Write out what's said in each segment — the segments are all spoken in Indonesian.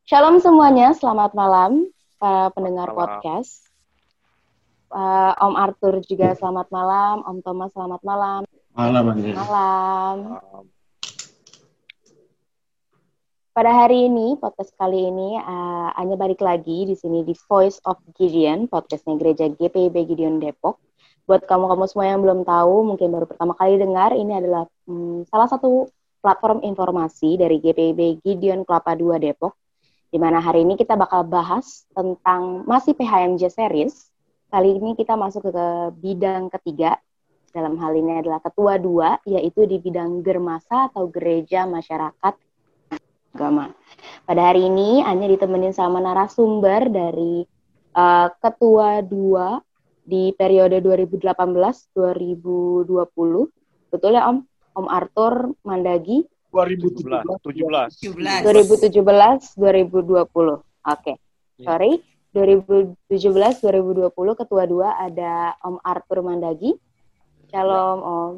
Shalom semuanya, selamat malam para pendengar Malam. podcast. Om Arthur juga selamat malam, Om Thomas selamat malam. Malam, Andre. Malam. Pada hari ini, podcast kali ini, Anya balik lagi di sini di Voice of Gideon, podcastnya Gereja GPIB Gideon Depok. Buat kamu-kamu semua yang belum tahu, mungkin baru pertama kali dengar, ini adalah salah satu platform informasi dari GPIB Gideon Kelapa II Depok, di mana hari ini kita bakal bahas tentang masih PHMJ series. Kali ini kita masuk ke bidang ketiga, dalam hal ini adalah ketua 2, yaitu di bidang Germasa atau Gereja Masyarakat Agama. Pada hari ini, Anya ditemenin sama narasumber dari ketua 2 di periode 2018-2020. Betul ya, Om? Om Arthur Mandagi? 2017. 2017-2020. Oke. Sorry. 2017-2020 ketua 2 ada Om Arthur Mandagi. Shalom, Om.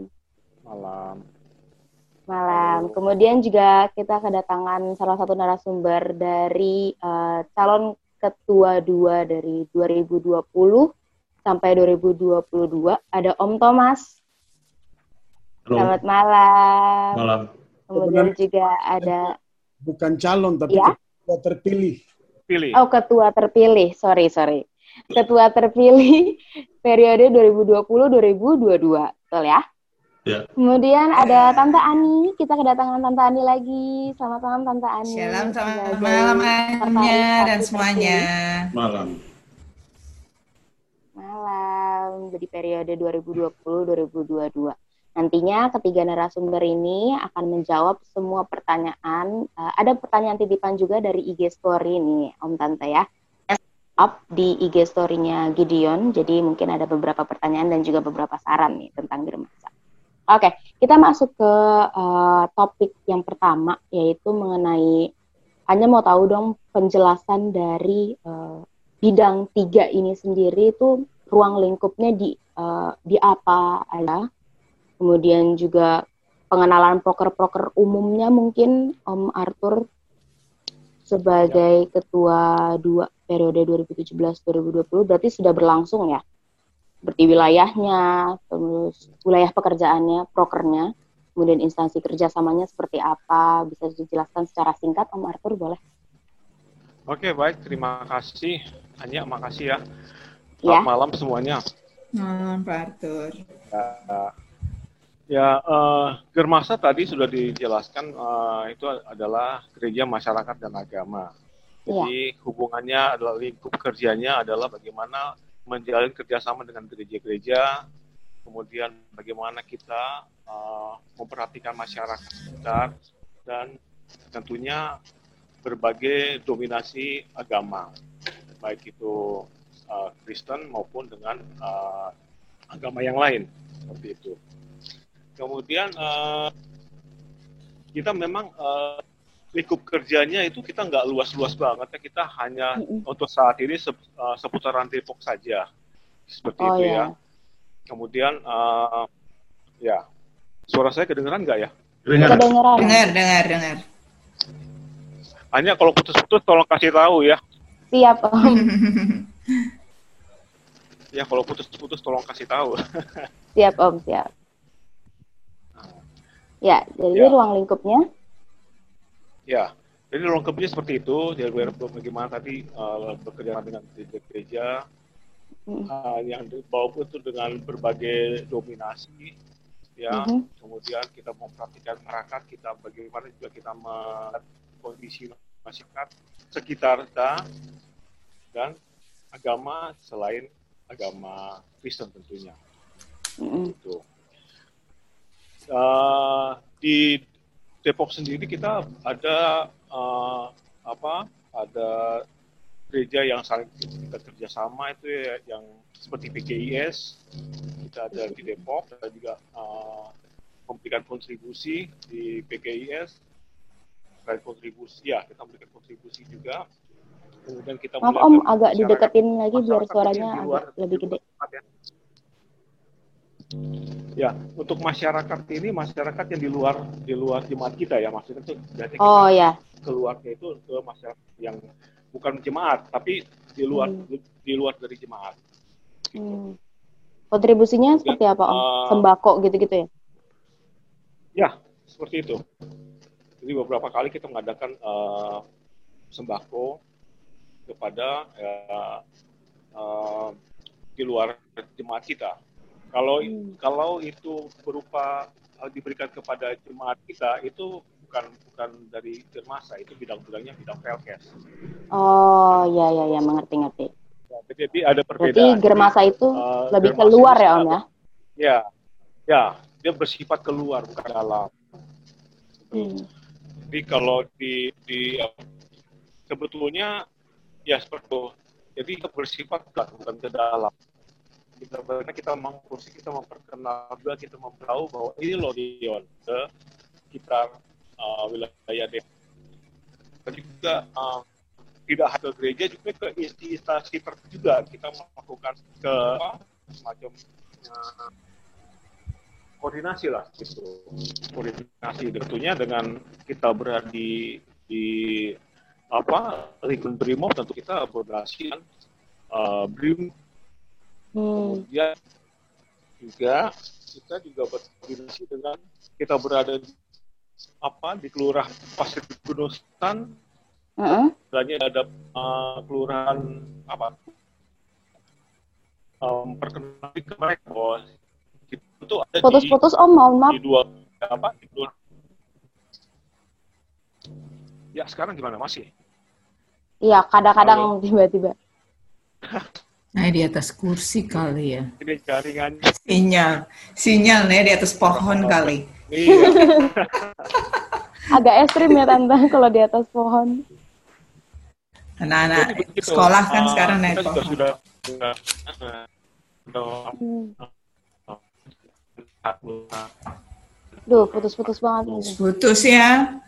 Malam. Kemudian juga kita kedatangan salah satu narasumber dari calon ketua 2 dari 2020 sampai 2022 ada Om Thomas. Halo. Selamat malam. Malam. Kemudian juga ada bukan calon tapi ya? ketua terpilih. Oh, ketua terpilih. Sorry. Ketua terpilih periode 2020-2022. Betul ya? Ya. Kemudian ada Tante Ani. Kita kedatangan Tante Ani lagi. Selamat malam Tante Ani. Shalom, selamat malam Anya dan semuanya. Malam. Jadi periode 2020-2022. Nantinya ketiga narasumber ini akan menjawab semua pertanyaan. Ada pertanyaan titipan juga dari IG Story nih, Om Tante ya. Up di IG Story-nya Gideon. Jadi mungkin ada beberapa pertanyaan dan juga beberapa saran nih tentang Germasa. Oke, kita masuk ke topik yang pertama, yaitu mengenai, hanya mau tahu dong penjelasan dari bidang 3 ini sendiri itu ruang lingkupnya di apa aja. Kemudian juga pengenalan proker-proker umumnya mungkin Om Arthur sebagai ketua 2 periode 2017-2020 berarti sudah berlangsung ya? Seperti wilayahnya, terus wilayah pekerjaannya, prokernya, kemudian instansi kerjasamanya seperti apa, bisa dijelaskan secara singkat, Om Arthur, boleh? Oke, baik. Terima kasih. Anya, makasih ya. Ya. Selamat malam semuanya. Malam, Pak Arthur. Germasa tadi sudah dijelaskan, itu adalah gereja masyarakat dan agama. Jadi hubungannya adalah lingkup kerjanya adalah bagaimana menjalin kerjasama dengan gereja-gereja, kemudian bagaimana kita memperhatikan masyarakat sekitar, dan tentunya berbagai dominasi agama, baik itu Kristen maupun dengan agama yang lain, seperti itu. Kemudian kita memang lingkup kerjanya itu kita nggak luas-luas banget ya, kita hanya untuk saat ini seputaran Depok saja, seperti itu ya. Kemudian suara saya kedengeran nggak ya? Kedengeran. Dengar. Hanya kalau putus-putus tolong kasih tahu ya. Siap, Om. Ya, kalau putus-putus tolong kasih tahu. Siap, Om, siap. Ya, jadi ruang lingkupnya? Ya, jadi ruang lingkupnya seperti itu. Jadi bagaimana tadi bekerja dengan gereja yang dibawa itu dengan berbagai dominasi, ya. Kemudian kita memperhatikan masyarakat kita, bagaimana juga kita melihat kondisi masyarakat sekitar kita dan agama selain agama Kristen tentunya. Itu. Di Depok sendiri kita ada ada gereja yang saling kita kerjasama itu ya, yang seperti PKIS kita ada di Depok, kita juga memberikan kontribusi di PKIS, kita memberikan kontribusi juga. Kemudian kita maaf Om, agak dideketin lagi biar suaranya agak lebih gede. Ya, untuk masyarakat ini, masyarakat yang di luar jemaat kita ya, maksudnya itu berarti kita keluarnya itu ke masyarakat yang bukan jemaat, tapi di luar dari jemaat. Kontribusinya seperti apa, Om? Sembako gitu-gitu ya? Ya, seperti itu. Jadi beberapa kali kita mengadakan sembako kepada di luar jemaat kita. Kalau itu berupa diberikan kepada jemaat kita, itu bukan dari Germasa, itu bidang-bidangnya bidang Pelkes. Oh, ya, mengerti. Ya, jadi ada perbedaan. Berarti Germasa itu lebih keluar ya, Om ya? Ya, dia bersifat keluar bukan dalam. Jadi kalau di sebetulnya ya seperti itu. Jadi kita bersifat bukan ke dalam. Kita memperkenal juga, kita memberitahu bahwa ini loh Dion ke sekitar wilayah Depok. Dan juga tidak hanya ke gereja, juga ke instansi tertentu juga kita melakukan ke semacam koordinasi lah gitu. Koordinasi tentunya dengan kita berada di lingkungan Brimob, tentu kita koordinasi dengan Brimob. Kemudian juga kita berkoordinasi dengan kita berada di Kelurahan Pasir Gunusan. Misalnya ada kelurahan perkenalkan ke mereka bahwa itu ada putus-putus Om, mohon maaf. Di dua. Ya, sekarang gimana, masih? Iya, kadang-kadang tiba-tiba. Nah, di atas kursi kali ya. Ini jaringan. Sinyal nih di atas pohon kali. Iya. Agak ekstrim ya Tante kalau di atas pohon. Anak-anak sekolah kan sekarang naik pohon. Sudah. Duh, putus-putus banget. Putus ya.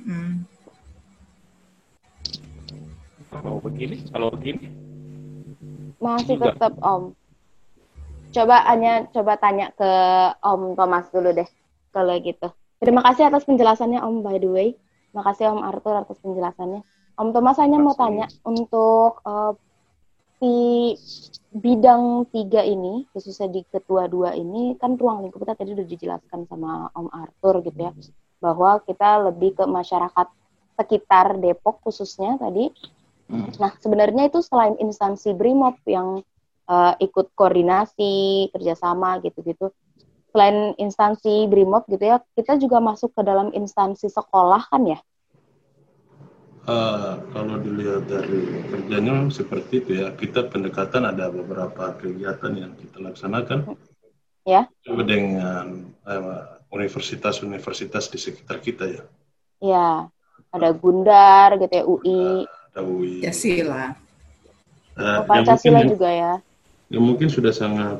Kalau begini. Masih tetap Om. Coba tanya ke Om Thomas dulu deh kalau gitu. Terima kasih atas penjelasannya Om, by the way. Makasih Om Arthur atas penjelasannya. Om Thomas hanya mau tanya untuk di bidang 3 ini, khususnya di ketua 2 ini, kan ruang lingkup kita tadi udah dijelaskan sama Om Arthur gitu ya, bahwa kita lebih ke masyarakat sekitar Depok khususnya tadi. Nah, sebenarnya itu selain instansi Brimob yang ikut koordinasi, kerjasama gitu-gitu, selain instansi Brimob gitu ya, kita juga masuk ke dalam instansi sekolah kan ya? Kalau dilihat dari kerjanya seperti itu ya, kita pendekatan ada beberapa kegiatan yang kita laksanakan dengan universitas-universitas di sekitar kita ya. Ya, ada Gundar gitu ya, UI. Ada UI. Pancasila. Pancasila juga ya. Ya mungkin sudah sangat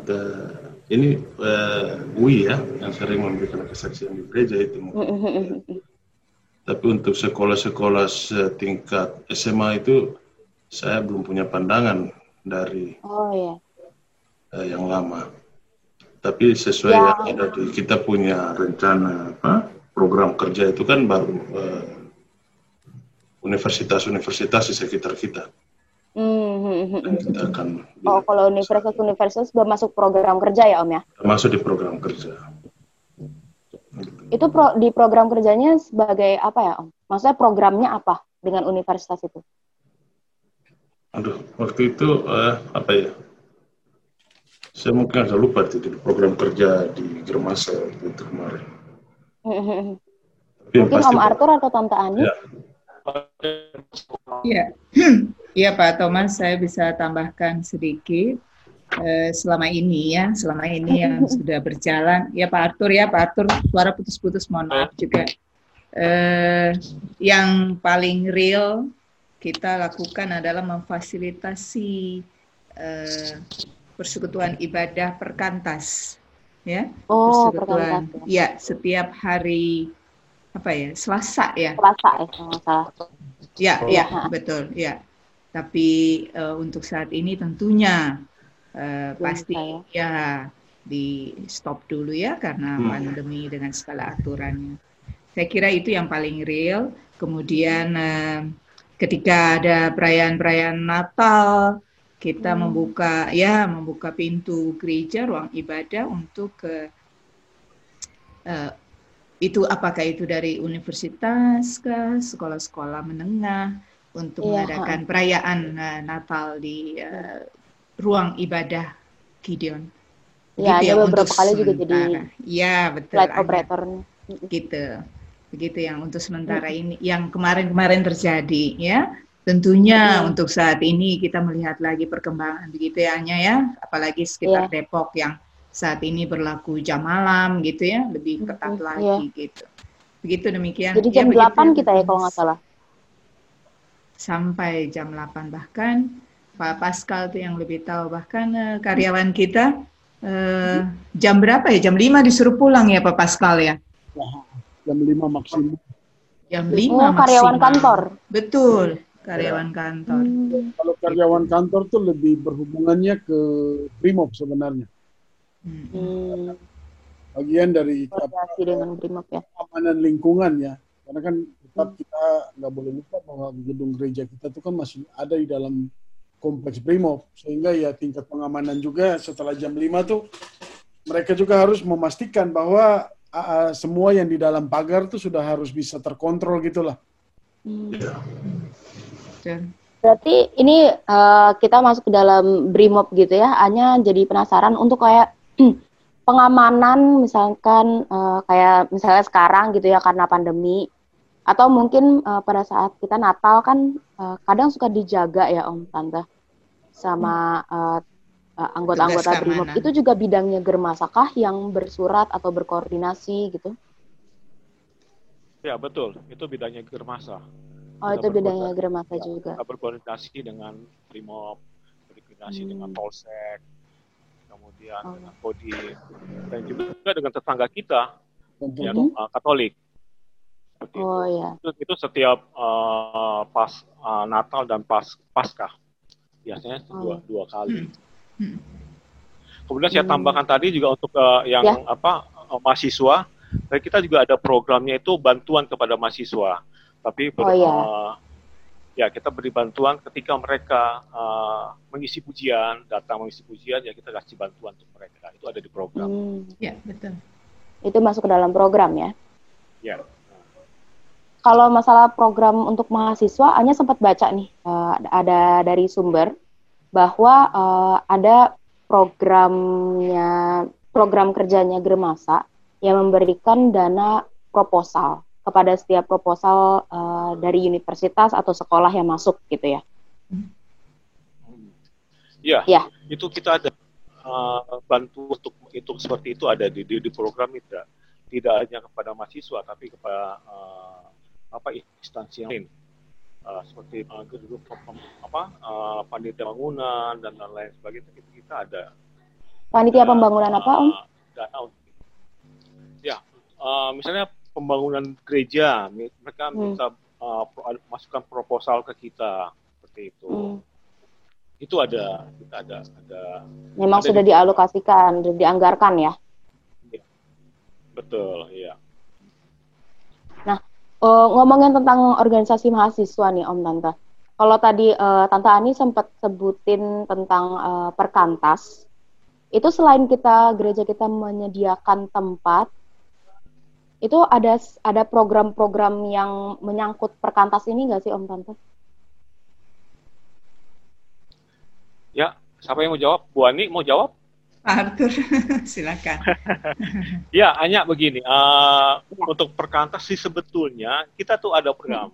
UI ya yang sering memberikan kesaksian di gereja itu mungkin. Tapi untuk sekolah-sekolah tingkat SMA itu saya belum punya pandangan dari yang lama. Tapi sesuai yang ada di kita punya rencana program kerja itu kan baru universitas-universitas di sekitar kita. Kita akan kalau universitas sudah masuk program kerja ya Om ya? Masuk di program kerja. Itu di program kerjanya sebagai apa ya Om? Maksudnya programnya apa dengan universitas itu? Waktu itu apa ya? Saya mungkin agak lupa itu di program kerja di Germasa itu kemarin. Mungkin Om Arthur atau Tante Ani? Iya Pak Thomas, saya bisa tambahkan sedikit. Selama ini yang sudah berjalan, ya Pak Arthur, suara putus-putus, mohon maaf juga. Yang paling real kita lakukan adalah memfasilitasi persekutuan ibadah perkantas, ya. Persekutuan, ya setiap hari Selasa ya. Ya, betul ya. Tapi untuk saat ini tentunya pasti ya di stop dulu ya karena pandemi dengan segala aturannya. Saya kira itu yang paling real. Kemudian ketika ada perayaan-perayaan Natal, kita membuka pintu gereja, ruang ibadah untuk itu apakah itu dari universitas ke sekolah-sekolah menengah untuk mengadakan perayaan Natal di ruang ibadah Gideon. Ya, ada beberapa kali juga jadi betul. Flight operatornya. Gitu. Begitu yang untuk sementara ini, yang kemarin-kemarin terjadi ya. Tentunya untuk saat ini kita melihat lagi perkembangan begitu ya Anya ya, apalagi sekitar Depok yang saat ini berlaku jam malam gitu ya, lebih ketat lagi gitu. Begitu demikian. Jadi jam 8 kita ya kalau nggak salah. Sampai jam 8 bahkan Pak Pascal tuh yang lebih tahu, bahkan karyawan kita jam berapa ya? Jam 5 disuruh pulang ya Pak Pascal ya? Jam 5 maksimum. Jam 5 karyawan kantor. Betul, karyawan kantor. Kalau karyawan kantor tuh lebih berhubungannya ke Brimob sebenarnya. Bagian dari dengan Brimob ya. Keamanan lingkungan ya. Karena kan tetap kita nggak boleh lupa bahwa gedung gereja kita tuh kan masih ada di dalam kompleks Brimob, sehingga ya tingkat pengamanan juga setelah jam 5 tuh mereka juga harus memastikan bahwa semua yang di dalam pagar tuh sudah harus bisa terkontrol gitulah. Berarti ini kita masuk ke dalam Brimob gitu ya, hanya jadi penasaran untuk kayak pengamanan misalkan kayak misalnya sekarang gitu ya karena pandemi, atau mungkin pada saat kita Natal kan kadang suka dijaga ya Om Tante sama anggota-anggota Brimob. Itu juga bidangnya Germasakah yang bersurat atau berkoordinasi gitu? Ya betul, itu bidangnya Germasa. Itu bidangnya Germasa juga. Kita berkoordinasi dengan Brimob, berkoordinasi dengan Polsek, kemudian dengan Kodim, dan juga dengan tetangga kita yang Katolik. Itu setiap pas Natal dan Paskah biasanya dua kali. Kemudian saya tambahkan tadi juga untuk yang mahasiswa, dan kita juga ada programnya itu bantuan kepada mahasiswa. Tapi kita beri bantuan ketika mereka mengisi pujian, datang mengisi pujian, ya kita kasih bantuan untuk mereka. Itu ada di program. Ya betul. Itu masuk ke dalam program ya? Ya. Kalau masalah program untuk mahasiswa, Anya sempat baca nih, ada dari sumber bahwa ada program kerjanya Germasa yang memberikan dana proposal kepada setiap proposal dari universitas atau sekolah yang masuk gitu ya. Ya. Itu kita ada bantu untuk itu seperti itu ada di program itu. Tidak hanya kepada mahasiswa tapi kepada instansi yang lain seperti panitia bangunan dan lain sebagainya, kita ada panitia pembangunan apa Om? Dana untuk misalnya pembangunan gereja, mereka minta masukkan proposal ke kita seperti itu. Itu ada kita ada memang sudah dialokasikan, dianggarkan ya. Betul, iya. Nah, ngomongin tentang organisasi mahasiswa nih Om Tante. Kalau tadi Tante Ani sempat sebutin tentang Perkantas, itu selain gereja kita menyediakan tempat, itu ada program-program yang menyangkut Perkantas ini nggak sih Om Tante? Ya, siapa yang mau jawab? Bu Ani mau jawab? Pak Arthur, silakan. Ya, hanya begini. Untuk Perkantas sih sebetulnya kita tuh ada program.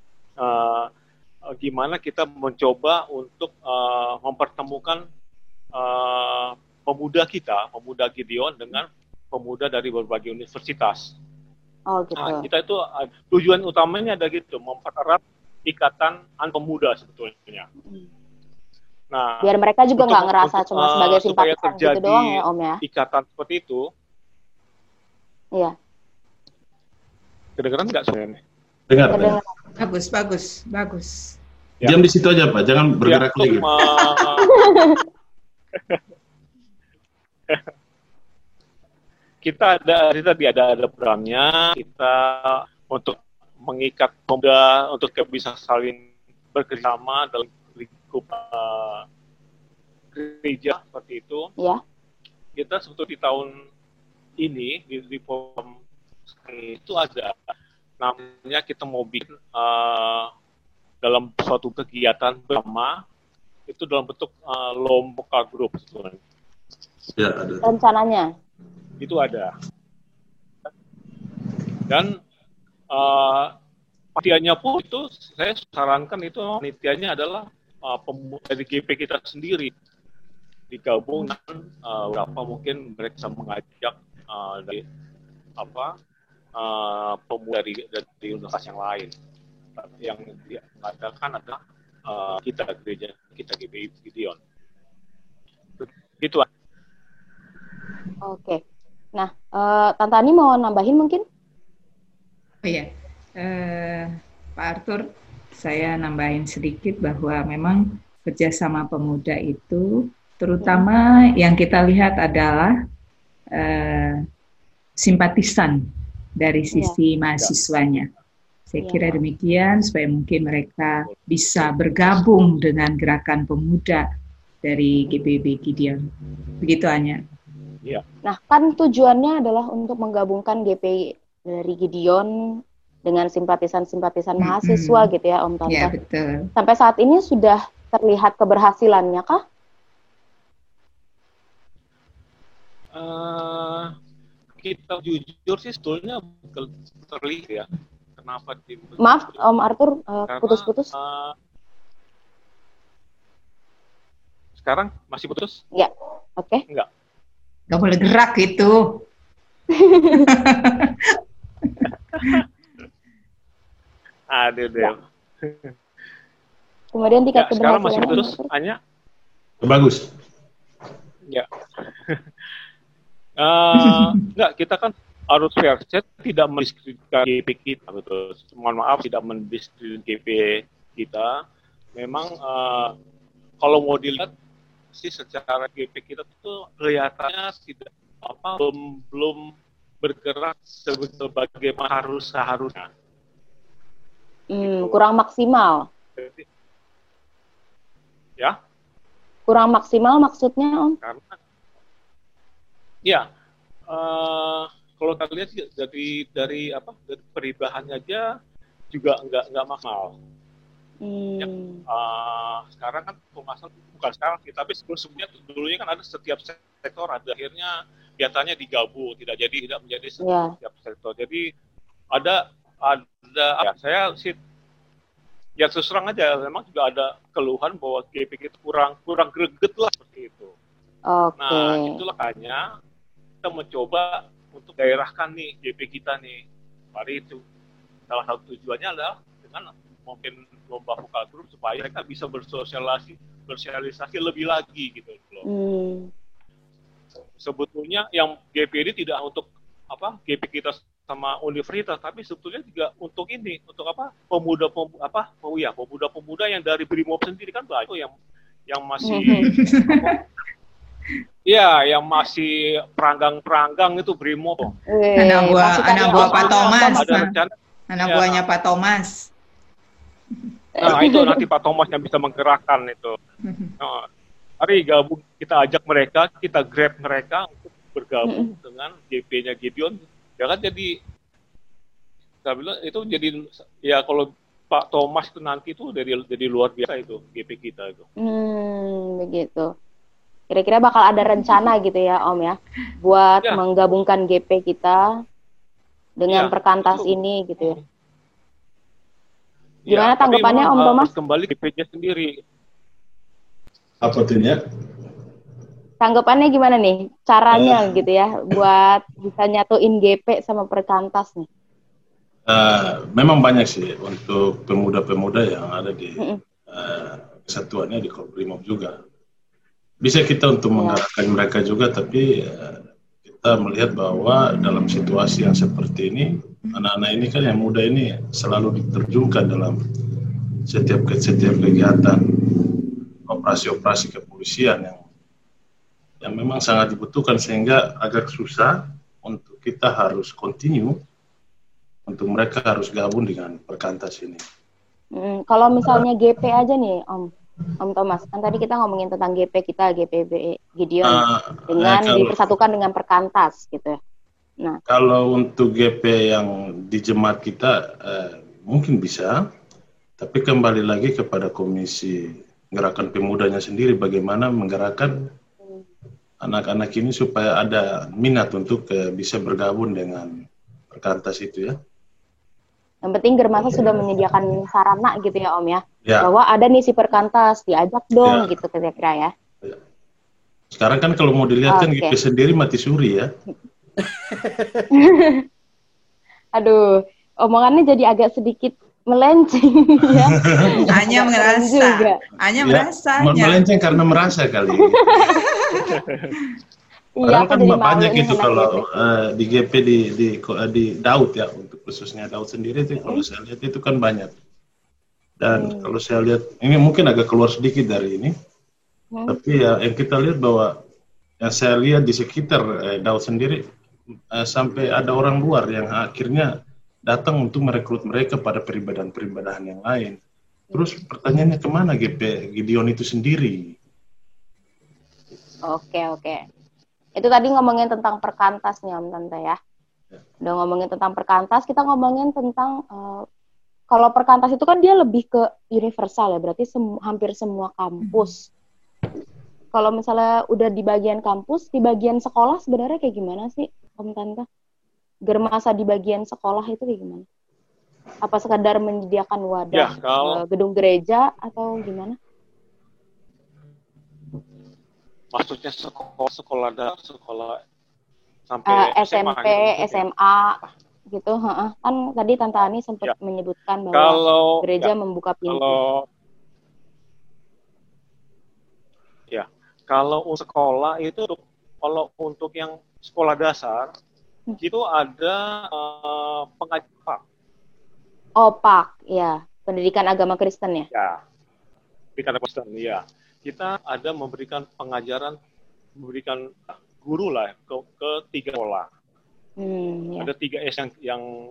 Gimana kita mencoba untuk mempertemukan pemuda Gideon dengan pemuda dari berbagai universitas. Oh gitu. Kita itu tujuan utamanya ada gitu, mempererat ikatan pemuda sebetulnya. Nah, biar mereka juga nggak ngerasa cuma sebagai simpatisan gitu doang ya Om ya. Ikatan seperti itu. Iya. Kedengeran nggak sebenarnya? Dengar. Bagus. Ya. Diam di situ aja Pak, jangan bergerak lagi. Kita ada programnya, kita untuk mengikat pemuda untuk bisa saling bekerjasama dalam lingkup gereja seperti itu. Ya. Kita sebetulnya di tahun ini di forum itu ada namanya kita mau bikin dalam suatu kegiatan bersama itu dalam bentuk lomba grup sebenarnya. Ya, ada. Rencananya. Itu ada. Dan panitianya pun itu saya sarankan itu panitianya adalah dari GP kita sendiri digabung dengan berapa mungkin mereka bisa mengajak dari pemuda dari universitas yang lain. Yang mengadakan adalah kita gereja kita GPI Gideon. Gitu. Oke. Nah, Tante Ani mau nambahin mungkin? Oh iya, Pak Arthur, saya nambahin sedikit bahwa memang kerjasama pemuda itu, terutama yang kita lihat adalah simpatisan dari sisi mahasiswanya. Saya kira demikian, supaya mungkin mereka bisa bergabung dengan gerakan pemuda dari GPIB Gideon. Begitu Anya. Iya. Nah, kan tujuannya adalah untuk menggabungkan GPI dari Gideon dengan simpatisan-simpatisan mahasiswa gitu ya, Om Tante. Iya, betul. Sampai saat ini sudah terlihat keberhasilannya kah? Kita jujur sih sebetulnya terlihat ya. Kenapa? Maaf, Om Arthur, putus-putus. Sekarang masih putus? Ya, oke. Enggak. Gak boleh gerak itu. Aduh deh. Kemudian tingkat sekarang masih keberhasilannya. putus, Anya? Bagus. Ya. Enggak, kita kan harus fair. Saya tidak mendiskreditkan GP kita, betul. Mohon maaf, tidak mendiskreditkan GP kita. Memang kalau mau dilihat sih secara GP kita tuh kelihatannya tidak belum bergerak sebagaimana seharusnya. Kurang maksimal. Ya? Kurang maksimal maksudnya, Om? Karena ya kalau kita lihat dari perubahannya aja juga nggak maksimal. Ya, sekarang kan pemasaran bukan sekarang sih, tapi sebelumnya dulunya kan ada setiap sektor ada akhirnya biasanya digabung, tidak menjadi setiap sektor. Jadi ada ya, saya sih ya terus terang aja memang juga ada keluhan bahwa GP itu kurang greget lah seperti itu. Okay. Nah, itulah hanya kita mencoba untuk daerahkan nih GP kita nih. Mari itu salah satu tujuannya adalah dengan mungkin lomba vokal group supaya mereka bisa bersosialisasi lebih lagi gitu loh. Sebetulnya yang GP ini tidak untuk GP kita sama universitas, tapi sebetulnya juga untuk ini, untuk pemuda-pemuda yang dari Brimob sendiri kan banyak yang masih yang masih peranggang itu Brimob. Anak buah Pak Thomas. Ada rencana. Anak buahnya Pak Thomas. Nah, itu nanti Pak Thomas yang bisa menggerakkan itu. Mari gabung, kita ajak mereka, kita grab mereka untuk bergabung dengan GP-nya Gideon. Ya kan jadi itu jadi ya kalau Pak Thomas itu nanti itu dari luar biasa itu GP kita itu. Begitu. Kira-kira bakal ada rencana gitu ya Om ya, buat menggabungkan GP kita dengan perkantas ini gitu ya. Gimana tanggapannya Om Thomas? Kembali GP-nya sendiri. Apa tuh ya? Tanggapannya gimana nih? Caranya gitu ya, buat bisa nyatuin GP sama perkantas nih. Memang banyak sih untuk pemuda-pemuda yang ada di kesatuannya di Korprimob juga. Bisa kita untuk mengarahkan mereka juga, tapi kita melihat bahwa dalam situasi yang seperti ini, anak-anak ini kan yang muda ini selalu diterjunkan dalam setiap kegiatan operasi-operasi kepolisian yang memang sangat dibutuhkan, sehingga agak susah untuk kita harus continue untuk mereka harus gabung dengan Perkantas ini. Kalau misalnya GP aja nih, Om Thomas, kan tadi kita ngomongin tentang GP kita, GPB Gideon, dengan dipersatukan dengan Perkantas gitu ya. Nah, kalau untuk GP yang di jemaat kita mungkin bisa, tapi kembali lagi kepada Komisi Gerakan Pemudanya sendiri bagaimana menggerakkan anak-anak ini supaya ada minat untuk bisa bergabung dengan Perkantas itu ya. Yang penting Germasa sudah menyediakan sarana gitu ya Om ya, bahwa ada nih si Perkantas, diajak dong gitu kira-kira ya. Sekarang kan kalau mau dilihat kan GP sendiri mati suri ya. Aduh, omongannya jadi agak sedikit melenceng ya. Hanya merasa. Melenceng karena merasa kali. Padahal kan banyak itu kalau di GP di Daud ya, untuk khususnya Daud sendiri itu kalau saya lihat itu kan banyak. Dan kalau saya lihat ini mungkin agak keluar sedikit dari ini, tapi ya yang kita lihat bahwa yang saya lihat di sekitar Daud sendiri sampai ada orang luar yang akhirnya datang untuk merekrut mereka pada peribadahan-peribadahan yang lain. Terus pertanyaannya kemana GP Gideon itu sendiri? Oke. Itu tadi ngomongin tentang Perkantas nih Om Tante ya. Udah ngomongin tentang Perkantas, kita ngomongin tentang kalau Perkantas itu kan dia lebih ke universal ya, berarti hampir semua kampus. Kalau misalnya udah di bagian kampus, di bagian sekolah sebenarnya kayak gimana sih Om Tante? Germasa di bagian sekolah itu kayak gimana? Apa sekadar menyediakan wadah gedung gereja atau gimana? Maksudnya sekolah sampai SMP, SMA gitu, kan tadi Tante Ani sempat menyebutkan bahwa gereja membuka pintu. Kalau sekolah itu, kalau untuk yang sekolah dasar itu ada pengajar. PAK, ya, pendidikan agama Kristen ya. Ya, pendidikan agama Kristen, ya. Kita ada memberikan memberikan guru lah ke 3 sekolah. Ada 3 S yang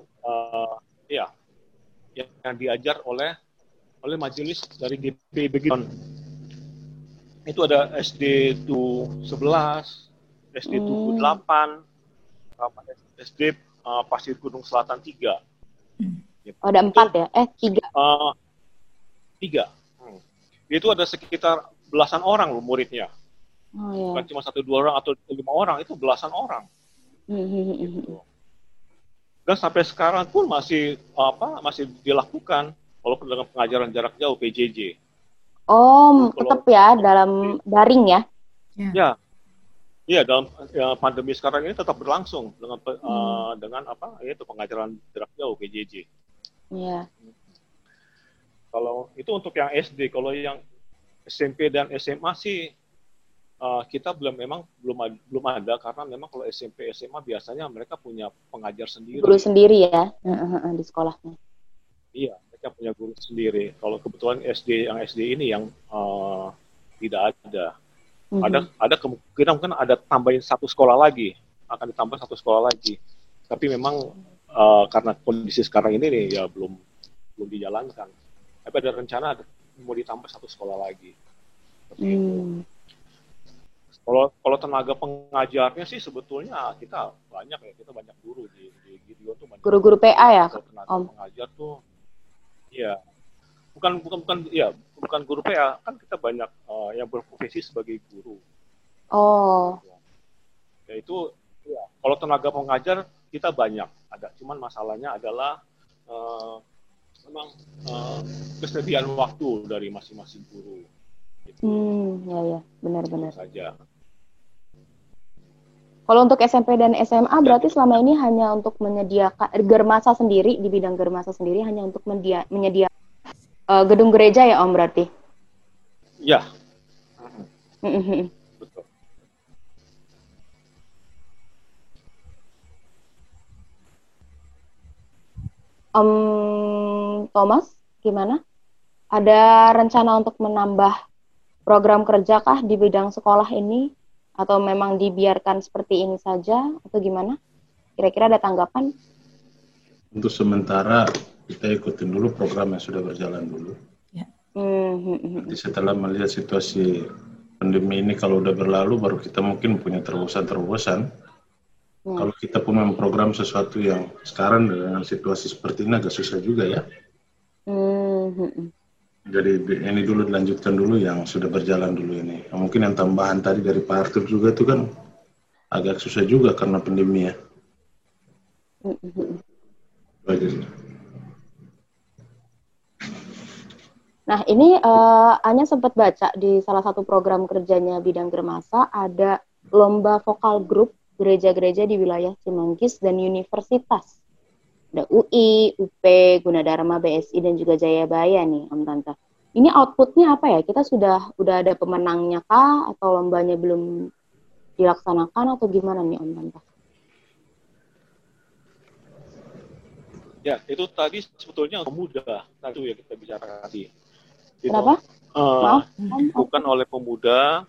diajar oleh majelis dari GP Gideon. Itu ada SD 11, SD 8, SD Pasir Gunung Selatan 3. Ada 4 ya? 3. 3. Itu ada sekitar belasan orang loh muridnya. Bukan cuma 1-2 orang atau 5 orang, itu belasan orang. Gitu. Dan sampai sekarang pun masih dilakukan walaupun dengan pengajaran jarak jauh PJJ. Tetap ya dalam daring ya? Iya, dalam pandemi sekarang ini tetap berlangsung dengan pengajaran jarak jauh PJJ. Iya. Kalau itu untuk yang SD, kalau yang SMP dan SMA sih kita belum ada karena memang kalau SMP SMA biasanya mereka punya pengajar sendiri. Guru sendiri ya di sekolahnya. Iya, mereka punya guru sendiri. Kalau kebetulan SD ini yang tidak ada. Ada kemungkinan mungkin ada tambahin 1 sekolah lagi, akan ditambah 1 sekolah lagi. Tapi memang karena kondisi sekarang ini nih ya belum dijalankan. Tapi ada rencana mau ditambah 1 sekolah lagi. Kalau tenaga pengajarnya sih sebetulnya kita banyak guru di Gideon tuh banyak. Guru-guru PA ya, Om? Pengajar tuh, ya bukan guru PA, kan kita banyak yang berprofesi sebagai guru. Ya itu, ya kalau tenaga pengajar kita banyak ada, cuman masalahnya adalah memang kesediaan waktu dari masing-masing guru. Gitu. Ya, benar-benar. Saja. Kalau untuk SMP dan SMA berarti selama ini hanya untuk menyediakan Germasa sendiri, di bidang Germasa sendiri hanya untuk menyediakan gedung gereja ya Om berarti? Ya. Betul. Om Thomas, gimana? Ada rencana untuk menambah program kerja kah di bidang sekolah ini? Atau memang dibiarkan seperti ini saja? Atau gimana? Kira-kira ada tanggapan? untuk sementara kita ikutin dulu program yang sudah berjalan dulu. Ya. Nanti setelah melihat situasi pandemi ini kalau udah berlalu, baru kita mungkin punya terobosan. Kalau kita pun memprogram sesuatu yang sekarang dengan situasi seperti ini agak susah juga ya. Jadi ini dulu dilanjutkan dulu yang sudah berjalan dulu ini. Mungkin yang tambahan tadi dari Pak Arthur juga itu kan agak susah juga karena pandemi ya. Nah, ini Anya sempat baca di salah satu program kerjanya Bidang Germasa ada lomba vokal grup gereja-gereja di wilayah Cimanggis dan universitas. Ada UI, UP, Gunadarma, BSI, dan juga Jayabaya nih, Om Tante. Ini outputnya apa ya? Kita udah ada pemenangnya kah? Atau lombanya belum dilaksanakan atau gimana nih, Om Tante? Ya, itu tadi sebetulnya pemuda. Tadi yang kita bicarakan tadi. Kenapa? Maaf. Bukan oleh pemuda.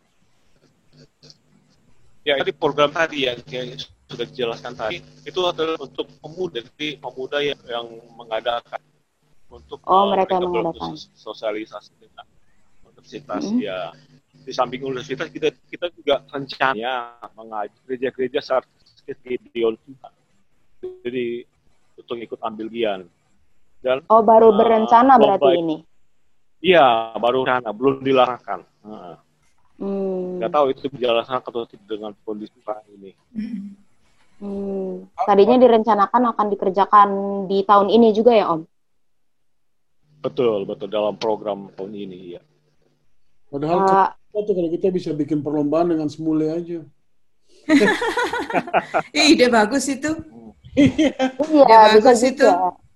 Ya, ini program tadi yang sudah dijelaskan tadi. Itu adalah untuk pemuda. Jadi pemuda yang mengadakan. Untuk mereka mengadakan. Sosialisasi dengan universitas. Ya, di samping universitas kita juga rencananya mengajar gereja-gereja sertifikat Gideon juga. Jadi untuk ikut ambil gian. Dan baru berencana berarti ini. Iya, baru rencana, belum dilaksanakan. Nggak tahu itu dilaksanakan atau tidak dengan kondisi sekarang ini. Tadinya direncanakan akan dikerjakan di tahun ini juga ya, Om? Betul dalam program tahun ini ya. Padahal kalau kita bisa bikin perlombaan dengan semule aja. Ide bagus itu. Iya, bisa itu.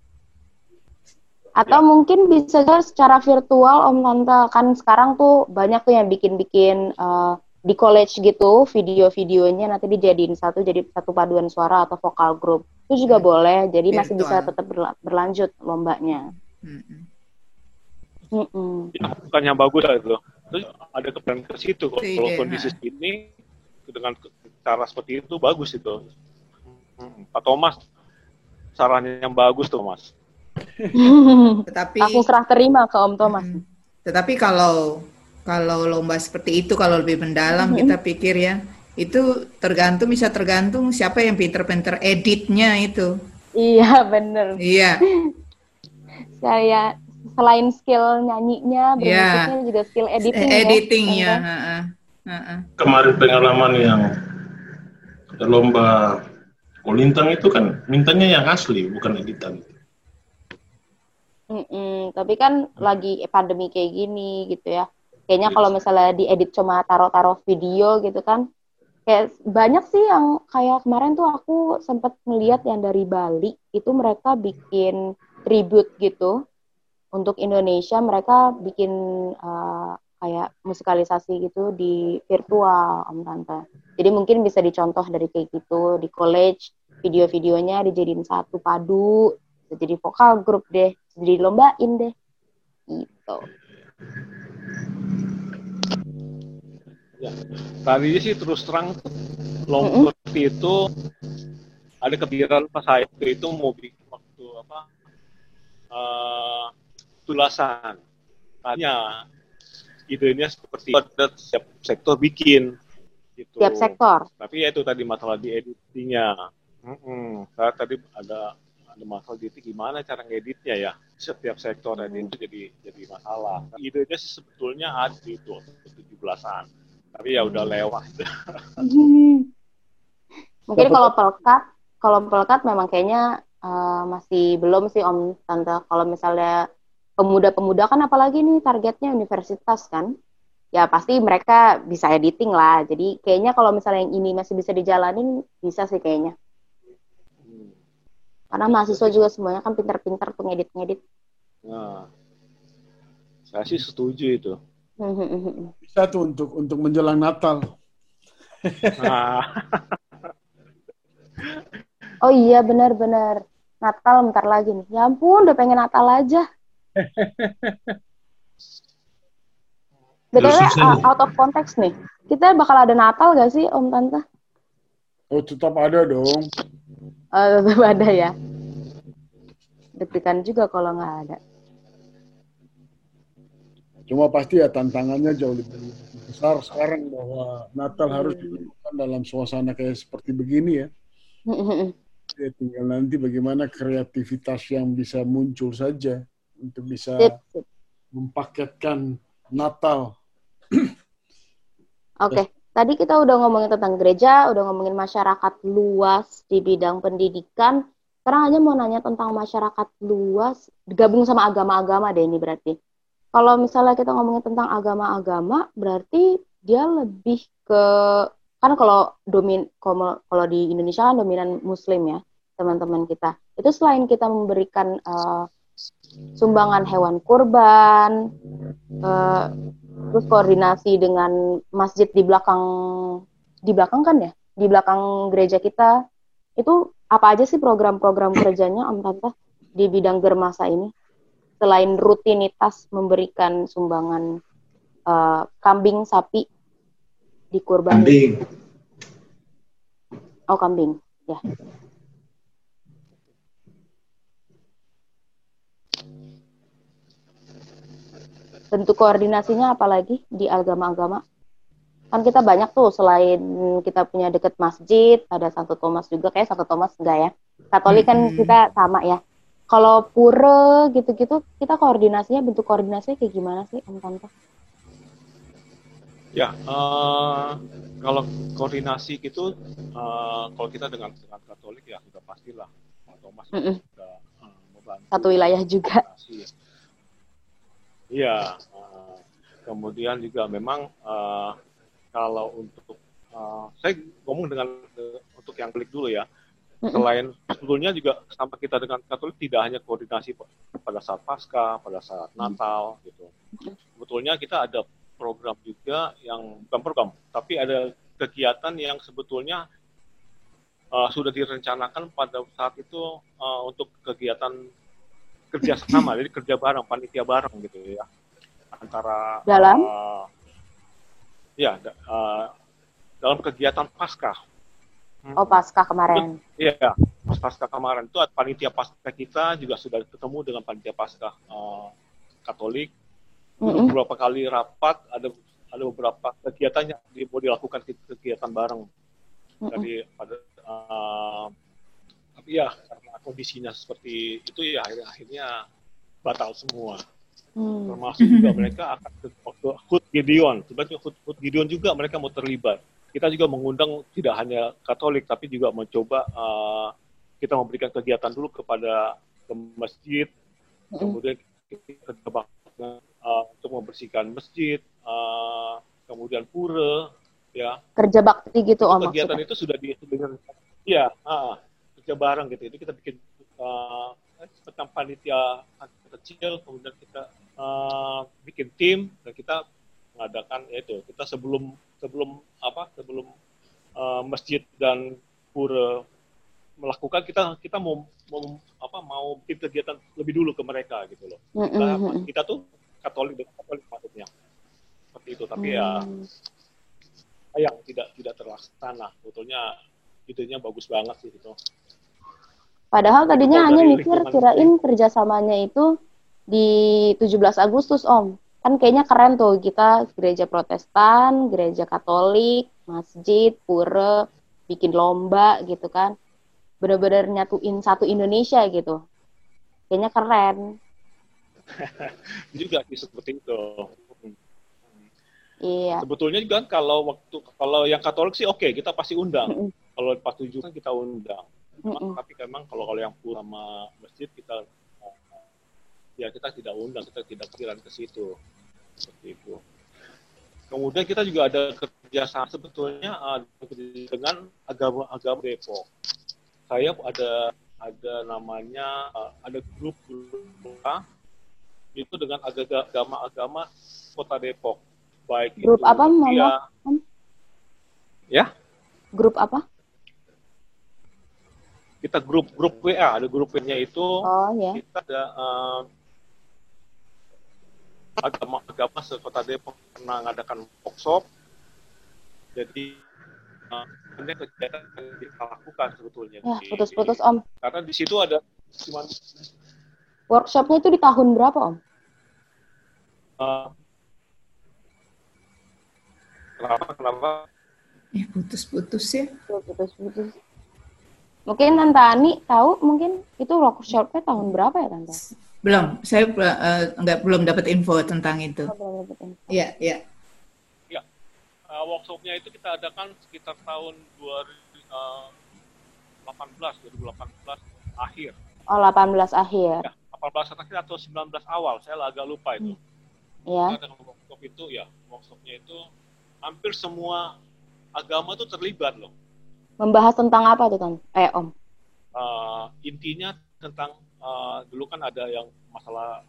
Atau mungkin bisa secara virtual, Om Tante. Kan sekarang tuh banyak tuh yang bikin-bikin di college gitu, video-videonya nanti dijadiin jadi satu paduan suara atau vokal group. Itu juga boleh, jadi virtual. Masih bisa tetap berlanjut lombanya. Ya, bukan yang bagus lah itu. Terus ada kepengen ke situ. Kalau kondisi ini dengan cara seperti itu bagus itu. Pak Thomas, sarannya yang bagus tuh, Mas. Tetapi aku serah terima ke Om Thomas. Tetapi kalau lomba seperti itu, kalau lebih mendalam kita pikir ya, itu bisa tergantung siapa yang pinter-pinter editnya itu. Iya, bener. Iya. Saya selain skill nyanyinya, bermusiknya juga skill editingnya. Kemarin pengalaman yang lomba Kolintang itu kan mintanya yang asli, bukan editan. Tapi kan lagi pandemi kayak gini gitu ya. Kayaknya kalau misalnya diedit cuma taruh-taruh video gitu kan, kayak banyak sih yang kayak kemarin tuh aku sempat ngeliat yang dari Bali itu mereka bikin tribute gitu untuk Indonesia, mereka bikin kayak musikalisasi gitu di virtual, Om Tante. Jadi mungkin bisa dicontoh dari kayak gitu di college, video-videonya dijadiin satu padu, jadi vokal grup deh, jadi lombain deh, gitu. Ya, tadinya sih terus terang lomba itu ada kepikiran pas saya itu mau bikin waktu tulasan. Tadinya idenya seperti ada setiap sektor bikin. Gitu. Tiap sektor. Tapi ya itu tadi masalah di editingnya. Saya tadi ada masalah di editing, gimana cara ngeditnya ya. Setiap sektor itu jadi masalah. Idenya sih sebetulnya ada itu 17-an. Tapi ya udah lewat. Mungkin kalau pelekat memang kayaknya masih belum sih Om Tante. Kalau misalnya pemuda-pemuda kan apalagi nih targetnya universitas kan. Ya pasti mereka bisa editing lah. Jadi kayaknya kalau misalnya yang ini masih bisa dijalanin, bisa sih kayaknya. Karena mahasiswa juga semuanya kan pintar-pintar tuh ngedit-ngedit. Nah, saya sih setuju itu. Bisa tuh untuk menjelang Natal. Oh iya benar-benar. Natal bentar lagi nih. Ya ampun, udah pengen Natal aja. Betulnya out of context nih. Kita bakal ada Natal gak sih Om Tante? Oh tetap ada dong. Tetap ada ya. deg-degan juga kalau nggak ada. Cuma pasti ya tantangannya jauh lebih besar sekarang bahwa Natal harus dilakukan dalam suasana kayak seperti begini ya. Ya tinggal nanti bagaimana kreativitas yang bisa muncul saja untuk bisa mempaketkan Natal. Oke, tadi kita udah ngomongin tentang gereja, udah ngomongin masyarakat luas di bidang pendidikan. Sekarang aja mau nanya tentang masyarakat luas, digabung sama agama-agama deh ini berarti. Kalau misalnya kita ngomongin tentang agama-agama, berarti dia lebih ke, kan kalau di Indonesia kan dominan Muslim ya, teman-teman kita. Itu selain kita memberikan sumbangan hewan kurban, terus koordinasi dengan masjid di belakang kan ya, di belakang gereja kita, itu apa aja sih program-program kerjanya Om Tante di bidang Germasa ini? Selain rutinitas memberikan sumbangan kambing, sapi di kurban. Kambing. Oh, kambing, ya. Bentuk koordinasinya apa lagi di agama-agama? Kan kita banyak tuh, selain kita punya deket masjid, ada Santo Thomas juga, kayak Santo Thomas enggak ya. Katolik kan kita sama ya. Kalau pura gitu-gitu, kita koordinasinya, bentuk koordinasinya kayak gimana sih Om Tante? Ya, kalau koordinasi gitu, kalau kita dengan Katolik ya sudah pastilah. Thomas sudah membantu. Satu wilayah juga. Iya, kemudian juga memang kalau untuk saya ngomong dengan untuk yang Katolik dulu ya. Selain sebetulnya juga sama kita dengan Katolik tidak hanya koordinasi pada saat Paskah, pada saat Natal gitu. Sebetulnya kita ada program juga yang bukan program, tapi ada kegiatan yang sebetulnya sudah direncanakan pada saat itu untuk kegiatan kerjasama, jadi kerja bareng, panitia bareng gitu ya, antara dalam kegiatan Paskah. Oh, Paskah kemarin. Iya, Paskah kemarin itu panitia Paskah kita juga sudah ketemu dengan panitia Paskah Katolik. Beberapa kali rapat, ada beberapa kegiatan yang mau dilakukan kegiatan bareng dari pada tapi ya karena kondisinya seperti itu ya akhirnya batal semua. Termasuk juga mereka akan ke Hut Gideon. Sebenarnya Hut Gideon juga mereka mau terlibat. Kita juga mengundang tidak hanya Katolik, tapi juga mencoba kita memberikan kegiatan dulu kepada ke masjid, kemudian kita coba untuk membersihkan masjid, kemudian pura, ya. Kerja bakti gitu Om. Kegiatan itu sudah dengan, ya, kerja bareng gitu. Itu kita bikin tentang panitia kecil, kemudian kita bikin tim dan kita mengadakan itu. Kita sebelum masjid dan pura melakukan, kita mau bikin kegiatan lebih dulu ke mereka gitu loh. Kita tuh Katolik maksudnya seperti itu, tapi ya sayang tidak terlaksana. Sebetulnya idenya bagus banget sih gitu. Padahal tadinya hanya mikir kirain kerjasamanya itu di 17 Agustus Om. Kan kayaknya keren tuh, kita gereja Protestan, gereja Katolik, masjid, pura, bikin lomba gitu kan. Benar-benar nyatuin satu Indonesia gitu. Kayaknya keren. Juga sih seperti itu. Iya. Sebetulnya juga kalau yang Katolik sih oke, kita pasti undang. Kalau 47 kan kita undang. Tapi memang kalau yang pura sama masjid kita tidak undang, kita tidak pikiran ke situ. Seperti itu. Kemudian kita juga ada kerjasama sebetulnya dengan agama Depok. Saya ada namanya ada grup itu dengan agama Kota Depok. Baik grup itu apa Mama? Ya? Grup apa? Kita grup WA, ada grup WA-nya itu. Kita ada agama sekota Depok pernah mengadakan workshop. Jadi ini kegiatan yang kita lakukan sebetulnya. Ya, putus-putus Om. Karena di situ ada Workshopnya itu di tahun berapa, Om? Kenapa? Putus-putus ya. Putus-putus. Mungkin Tante Ani tahu mungkin itu workshopnya tahun berapa ya, Tante? Belum, saya belum dapat info tentang itu. Belum dapat info. Iya, iya. Ya, workshopnya itu kita adakan sekitar tahun 2018 akhir. Oh, 18 akhir. Ya, 18 akhir atau 19 awal, saya agak lupa itu. Iya. Kita ada workshop itu, ya, workshopnya itu hampir semua agama tuh terlibat loh. Membahas tentang apa tuh, Om? Intinya tentang dulu kan ada yang masalah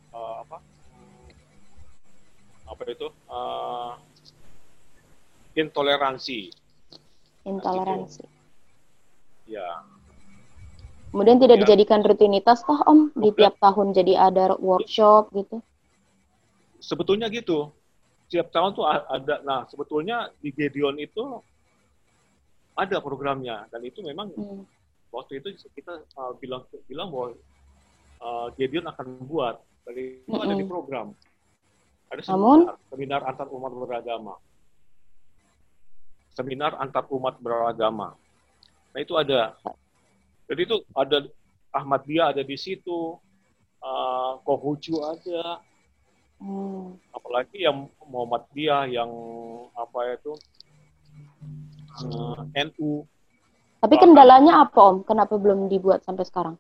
intoleransi. Intoleransi. Ya. Kemudian tidak Ya. dijadikan rutinitas toh, Om, di tiap tahun jadi ada workshop gitu. Sebetulnya gitu. Setiap tahun tuh ada. Nah, sebetulnya di Gedeon itu ada programnya, dan itu memang waktu itu kita bilang bahwa Gedeon akan membuat, dan itu ada di program. Ada seminar antar umat beragama. Seminar antar umat beragama. Nah, itu ada. Jadi itu ada Ahmadiyah ada di situ, Konghucu ada. Apalagi yang Muhammadiyah, yang NU. Tapi kendalanya apa, Om? Kenapa belum dibuat sampai sekarang?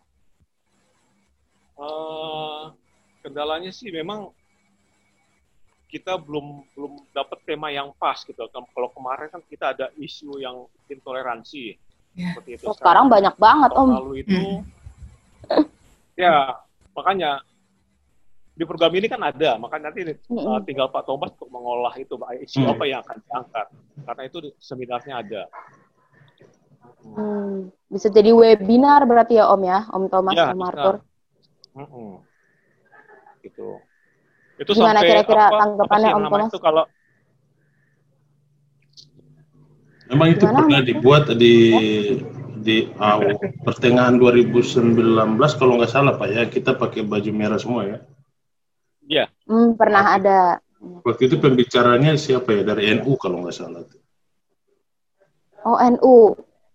Kendalanya sih memang kita belum dapat tema yang pas gitu. Kalau kemarin kan kita ada isu yang intoleransi. Seperti itu. Sekarang banyak banget, Om. Lalu itu, ya makanya di program ini kan ada, makanya nanti tinggal Pak Thomas untuk mengolah itu isu apa yang akan diangkat. Karena itu seminarnya ada. Bisa jadi webinar berarti ya, Om ya, Om Thomas ya, sama Arthur. Gitu. Itu gimana sampai kira-kira tanggapannya Om Thomas? Itu kalau memang itu pernah dibuat di pertengahan 2019 kalau nggak salah Pak ya, kita pakai baju merah semua ya. Iya. Pernah ada. Waktu itu pembicaranya siapa ya, dari NU kalau nggak salah. Oh, NU.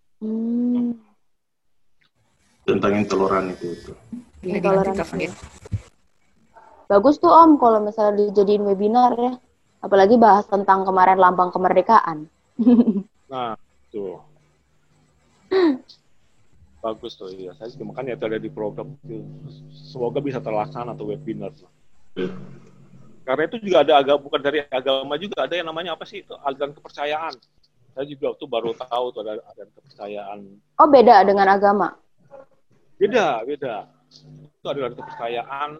Tentang intoleran itu. Intoleransi. Bagus tuh Om kalau misalnya dijadiin webinar ya. Apalagi bahas tentang kemarin lambang kemerdekaan. Nah, tuh. Bagus tuh, ya. Saya juga makanya itu ada di program itu. Semoga bisa terlaksana tuh webinar. Karena itu juga ada bukan dari agama juga, ada yang namanya apa sih itu, aliran kepercayaan. Saya juga tuh baru tahu tuh ada aliran kepercayaan. Oh, beda dengan agama? Beda. Itu aliran kepercayaan.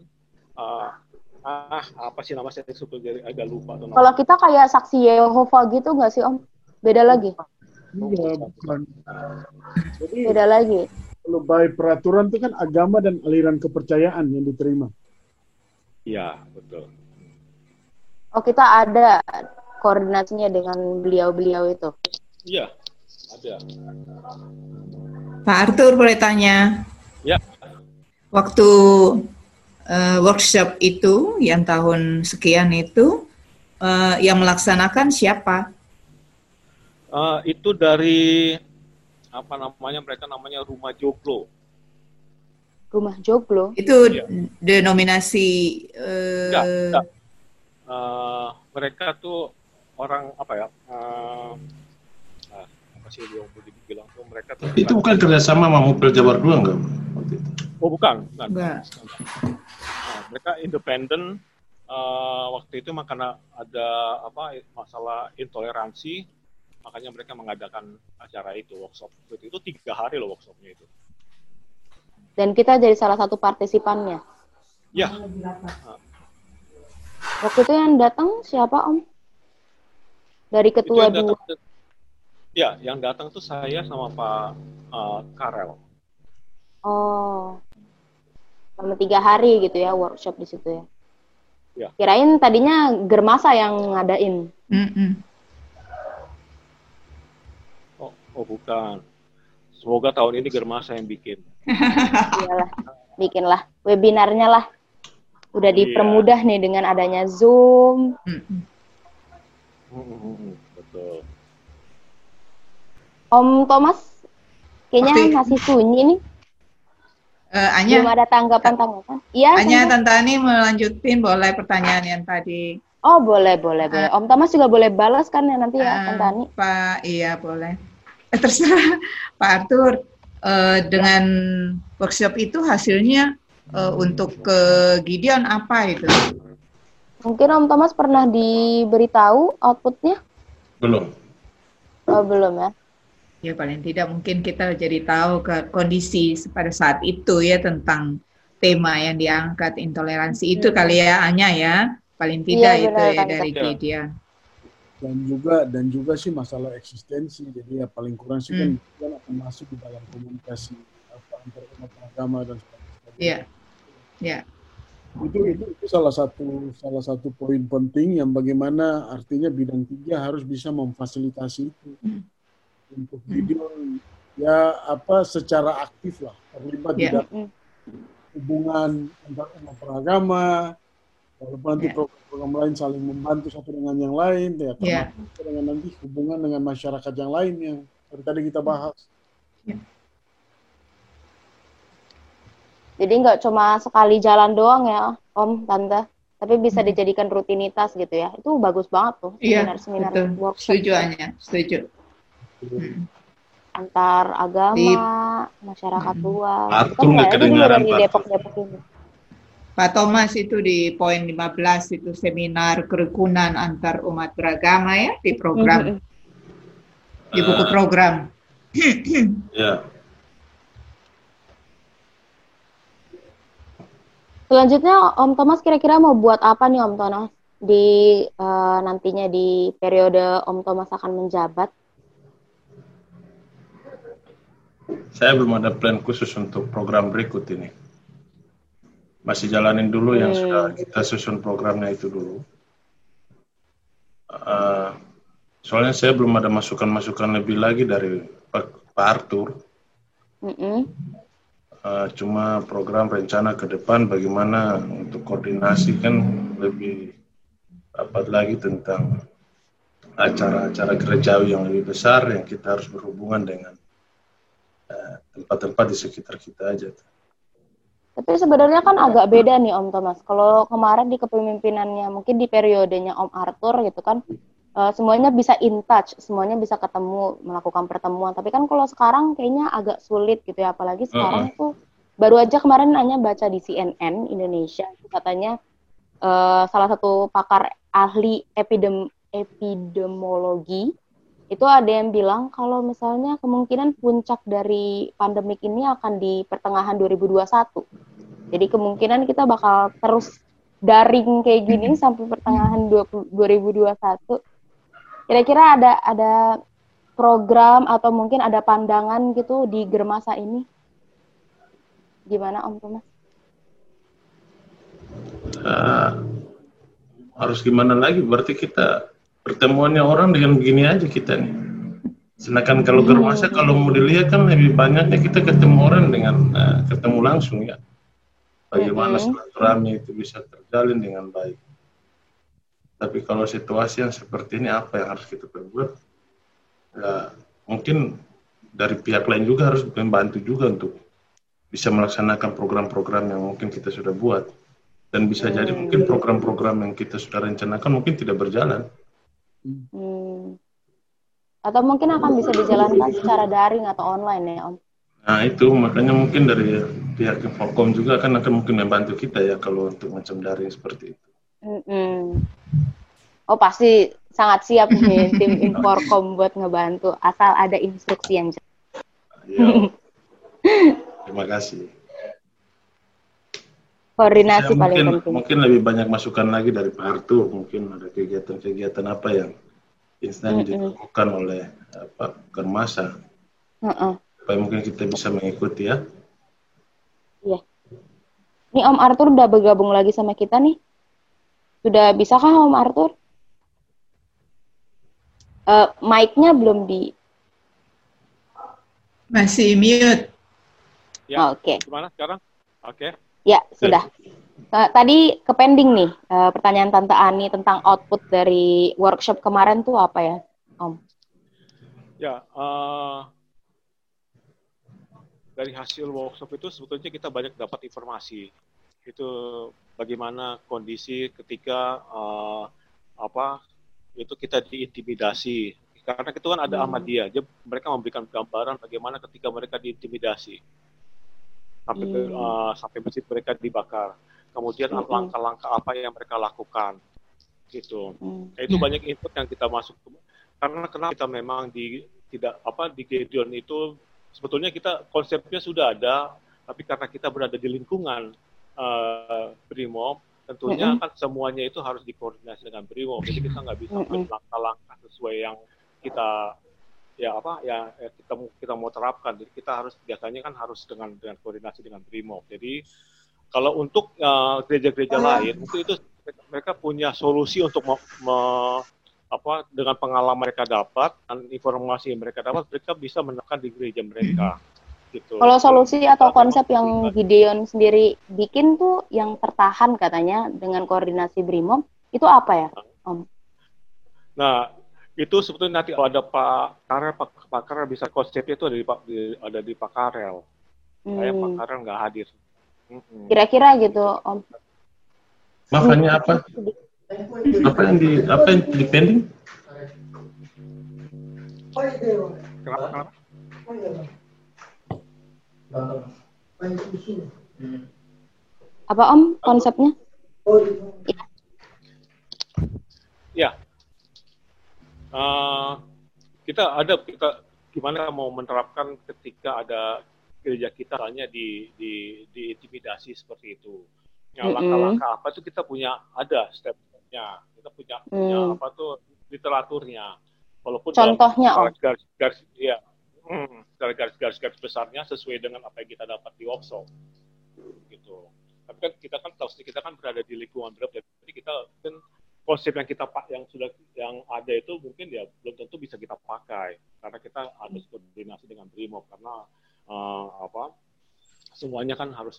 Apa sih nama saya jadi agak lupa tuh. Kalau kita kayak saksi Yehova gitu nggak sih Om? Beda lagi? Iya, bukan. Jadi, beda lagi. Kalau by peraturan itu kan agama dan aliran kepercayaan yang diterima. Iya, betul. Oh, kita ada koordinasinya dengan beliau-beliau itu? Iya, ada. Pak Arthur boleh tanya? Ya. Waktu workshop itu, yang tahun sekian itu, yang melaksanakan siapa? Itu dari apa namanya, mereka namanya Rumah Joglo. Rumah Joglo? Itu denominasi. Enggak. Mereka tuh orang apa ya? Apa sih yang mau dibilang tuh, mereka tuh. Itu bukan kerjasama sama Mupel Jabar 2 enggak? Oh bukan. Enggak. Mereka independen. Waktu itu karena ada masalah intoleransi, makanya mereka mengadakan acara itu, workshop. Itu 3 hari loh workshopnya itu. Dan kita jadi salah satu partisipannya. Ya. Waktu itu yang datang siapa Om? Dari ketua dua. Ya, yang datang tuh saya sama Pak Karel. Oh, selama 3 hari gitu ya workshop di situ ya. Ya. Kirain tadinya Germasa yang ngadain. Oh bukan. Semoga tahun ini Germasa yang bikin. Iyalah. bikinlah webinarnya lah. Udah dipermudah nih dengan adanya Zoom. Betul. Om Thomas, kayaknya masih sunyi nih. Anya, belum ada tanggapan. Iya. Anya, Tante Ani melanjutin boleh pertanyaan yang tadi. Oh, boleh. Om Thomas juga boleh balas kan ya nanti ya, Tante Ani. Pak, iya boleh. Terserah Pak Arthur. Dengan workshop itu hasilnya untuk ke Gideon apa itu? Mungkin Om Thomas pernah diberitahu outputnya? Belum. Oh, belum ya. Ya paling tidak mungkin kita jadi tahu ke kondisi pada saat itu ya tentang tema yang diangkat intoleransi itu kali ya Anya ya. Paling tidak iya, itu benar, ya dari Gideon. Dan juga sih masalah eksistensi. Jadi ya paling kurang sih kan akan masuk di dalam komunikasi antar umat agama dan sebagainya. Iya. Ya. Itu salah satu poin penting yang bagaimana artinya bidang 3 harus bisa memfasilitasi itu untuk video ya secara aktif lah terlibat di dalam hubungan antar umat beragama, walaupun nanti program lain saling membantu satu dengan yang lain ya, termasuk dengan nanti hubungan dengan masyarakat yang lain yang tadi kita bahas. Jadi nggak cuma sekali jalan doang ya, Om, Tante, tapi bisa dijadikan rutinitas gitu ya. Itu bagus banget tuh, seminar-seminar workshop. Setuju, Anya, setuju. Antar agama, masyarakat luas. Arthur nggak kedengaran, dari Depok-Depok ini. Pak Thomas itu di poin 15 itu seminar kerukunan antar umat beragama ya di program, di buku program. Ya. Selanjutnya Om Thomas kira-kira mau buat apa nih Om Thomas di nantinya di periode Om Thomas akan menjabat? Saya belum ada plan khusus untuk program berikut ini. Masih jalanin dulu yang sudah kita susun programnya itu dulu. Soalnya saya belum ada masukan-masukan lebih lagi dari Pak Arthur. Cuma program rencana ke depan bagaimana untuk koordinasi kan lebih rapat lagi tentang acara-acara gerejawi yang lebih besar yang kita harus berhubungan dengan tempat-tempat di sekitar kita aja. Tapi sebenarnya kan agak beda nih Om Thomas. Kalau kemarin di kepemimpinannya, mungkin di periodenya Om Arthur gitu kan, semuanya bisa in touch, semuanya bisa ketemu, melakukan pertemuan. Tapi kan kalau sekarang kayaknya agak sulit gitu ya, apalagi sekarang tuh baru aja kemarin Anya baca di CNN Indonesia, katanya salah satu pakar ahli epidemiologi itu ada yang bilang kalau misalnya kemungkinan puncak dari pandemik ini akan di pertengahan 2021. Jadi kemungkinan kita bakal terus daring kayak gini sampai pertengahan 2021. Kira-kira ada program atau mungkin ada pandangan gitu di Germasa ini? Gimana Om Thomas? Harus gimana lagi? Berarti kita pertemuannya orang dengan begini aja kita nih. Sedangkan kalau Germasa kalau mau dilihat kan lebih banyaknya kita ketemu orang dengan ketemu langsung ya. Bagaimana silaturahmi itu bisa terjalin dengan baik. Tapi kalau situasi yang seperti ini apa yang harus kita perbuat? Ya, mungkin dari pihak lain juga harus membantu juga untuk bisa melaksanakan program-program yang mungkin kita sudah buat. Dan bisa jadi mungkin program-program yang kita sudah rencanakan mungkin tidak berjalan. Atau mungkin akan bisa dijalankan secara daring atau online ya Om? Nah itu makanya mungkin dari pihak Inforkom juga akan mungkin membantu kita ya kalau untuk macam daring seperti itu. Oh pasti sangat siap nih tim Inforkom buat ngebantu asal ada instruksi yang jelas. Terima kasih. Koordinasi paling penting. Mungkin lebih banyak masukan lagi dari Pak Arthur, mungkin ada kegiatan-kegiatan apa yang instan dilakukan oleh Pak Germasa. Supaya mungkin kita bisa mengikuti ya. Iya. Ini Om Arthur udah bergabung lagi sama kita nih. Sudah bisakah Om Arthur? Mic-nya belum di... Masih mute. Ya, Oke. Gimana sekarang? Oke. Ya, sudah. Tadi ke pending nih, pertanyaan Tante Ani tentang output dari workshop kemarin tuh apa ya, Om? Ya, dari hasil workshop itu sebetulnya kita banyak dapat informasi. Itu bagaimana kondisi ketika itu kita diintimidasi. Karena itu kan ada Ahmadiyah, mereka memberikan gambaran bagaimana ketika mereka diintimidasi sampai masjid mereka dibakar. Kemudian langkah-langkah apa yang mereka lakukan, gitu. Itu banyak input yang kita masuk. Karena kenapa kita memang di Gideon itu sebetulnya kita konsepnya sudah ada, tapi karena kita berada di lingkungan Brimob, tentunya kan semuanya itu harus dikoordinasi dengan Brimob. Jadi kita nggak bisa langkah-langkah sesuai yang kita kita mau terapkan. Jadi kita biasanya kan harus dengan koordinasi dengan Brimob. Jadi kalau untuk gereja-gereja lain, mungkin itu mereka punya solusi untuk dengan pengalaman mereka dapat dan informasi yang mereka dapat, mereka bisa menekan di gereja mereka. Gitu. Kalau solusi atau konsep yang Gideon sendiri bikin tuh yang tertahan katanya dengan koordinasi Brimob, itu apa ya, Om? Nah, itu sebetulnya nanti ada Pak Karel bisa konsepnya itu ada di Pak Karel. Saya Pak Karel nggak hadir. Kira-kira gitu, Om. Makanya apa? Apa yang di pending? Kenapa? Apa, Om, konsepnya? Ya. Kita gimana mau menerapkan ketika ada gereja kita hanya diintimidasi seperti itu. Langkah-langkah apa itu kita ada step-nya, kita punya literaturnya. Walaupun contohnya, garis besarnya sesuai dengan apa yang kita dapat di workshop, gitu. Tapi kan kita kan berada di lingkungan Brimob, jadi kita kan konsep yang ada itu mungkin ya belum tentu bisa kita pakai karena kita harus koordinasi dengan Brimob karena semuanya kan harus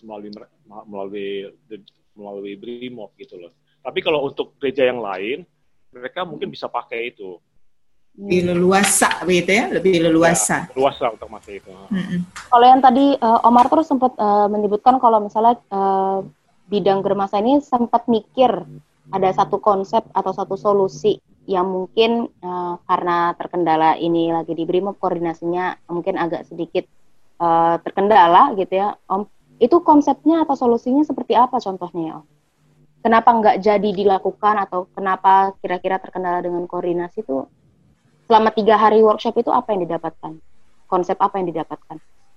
melalui Brimob gitu loh. Tapi kalau untuk gereja yang lain, mereka mungkin bisa pakai itu. Lebih leluasa, gitu ya, lebih leluasa. Ya, leluasa untuk pakai itu. Kalau yang tadi Om Arthur sempat menyebutkan kalau misalnya bidang Germasa ini sempat mikir ada satu konsep atau satu solusi yang mungkin karena terkendala ini lagi di Brimob koordinasinya mungkin agak sedikit terkendala gitu ya, Om. Itu konsepnya atau solusinya seperti apa contohnya ya, Om? Kenapa nggak jadi dilakukan atau kenapa kira-kira terkendala dengan koordinasi itu? Selama 3 hari workshop itu apa yang didapatkan? Konsep apa yang didapatkan?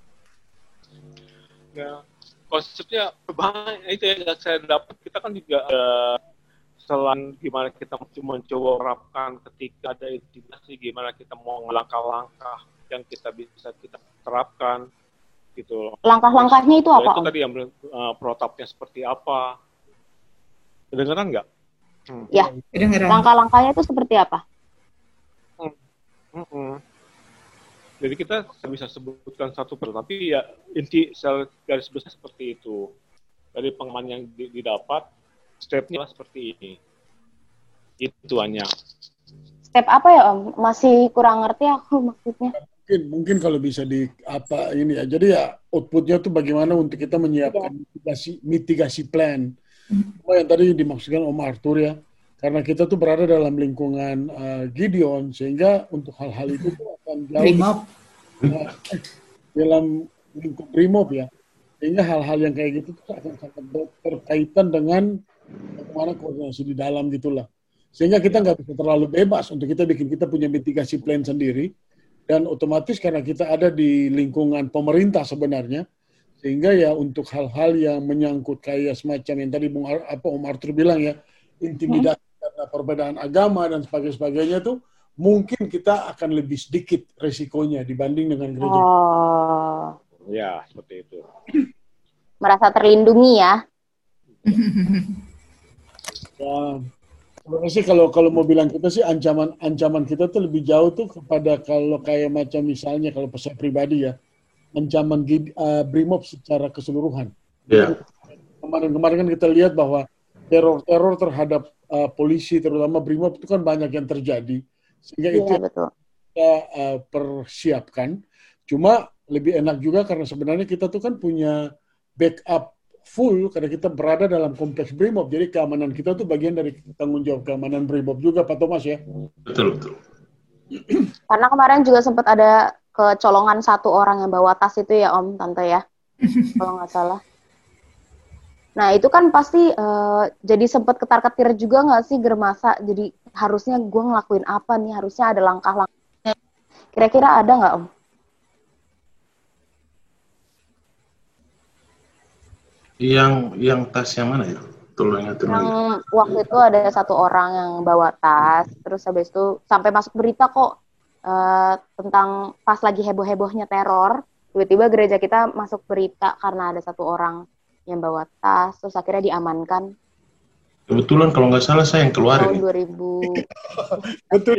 Ya, konsepnya banyak itu yang saya dapat. Kita kan juga selain gimana kita mencoba menerapkan ketika ada intimidasi, gimana kita mau langkah-langkah yang kita bisa kita terapkan gitu. Langkah-langkahnya itu apa? Itu tadi yang protapnya seperti apa? Kedengeran nggak? Ya, kedengeran. Langkah-langkahnya itu seperti apa? Jadi kita bisa sebutkan satu per, tapi ya garis besar seperti itu. Dari pengalaman yang didapat, stepnya seperti ini. Itu hanya. Step apa ya, Om? Masih kurang ngerti aku maksudnya. Mungkin kalau bisa ini ya. Jadi ya outputnya tuh bagaimana untuk kita menyiapkan mitigasi plan. Apa yang tadi dimaksudkan Om Arthur ya. Karena kita tuh berada dalam lingkungan Gideon, sehingga untuk hal-hal itu akan jauh dalam lingkup Brimob ya. Sehingga hal-hal yang kayak gitu tuh akan sangat berkaitan dengan bagaimana koordinasi di dalam gitulah. Sehingga kita nggak bisa terlalu bebas untuk kita punya mitigasi plan sendiri. Dan otomatis karena kita ada di lingkungan pemerintah sebenarnya, sehingga ya untuk hal-hal yang menyangkut kayak semacam yang tadi Om Arthur bilang ya, intimidasi karena perbedaan agama dan sebagainya tuh mungkin kita akan lebih sedikit resikonya dibanding dengan gereja. Oh. Ya, seperti itu. Merasa terlindungi ya. Ya, sebenarnya sih kalau mau bilang kita sih ancaman kita tuh lebih jauh tuh kepada kalau kayak macam misalnya kalau saya pribadi ya, ancaman Brimob secara keseluruhan. Ya. Kemarin-kemarin kan kita lihat bahwa teror terhadap polisi, terutama BRIMOB itu kan banyak yang terjadi. Sehingga itu betul. kita persiapkan. Cuma lebih enak juga karena sebenarnya kita tuh kan punya backup full karena kita berada dalam kompleks BRIMOB. Jadi keamanan kita tuh bagian dari tanggung jawab keamanan BRIMOB juga, Pak Thomas ya. Betul, betul. Karena kemarin juga sempat ada kecolongan satu orang yang bawa tas itu ya Om, Tante ya, kalau nggak salah. Nah itu kan pasti jadi sempat ketar-ketir juga nggak sih Germasa? Jadi harusnya gue ngelakuin apa nih? Harusnya ada langkah-langkahnya. Kira-kira ada nggak Om? Yang tas yang mana ya? Tolong ingatin lagi. Waktu itu ada satu orang yang bawa tas, terus habis itu sampai masuk berita kok tentang pas lagi heboh-hebohnya teror, tiba-tiba gereja kita masuk berita karena ada satu orang yang bawa tas, terus akhirnya diamankan. Kebetulan kalau nggak salah saya yang keluarin. Tahun 2000. Betul.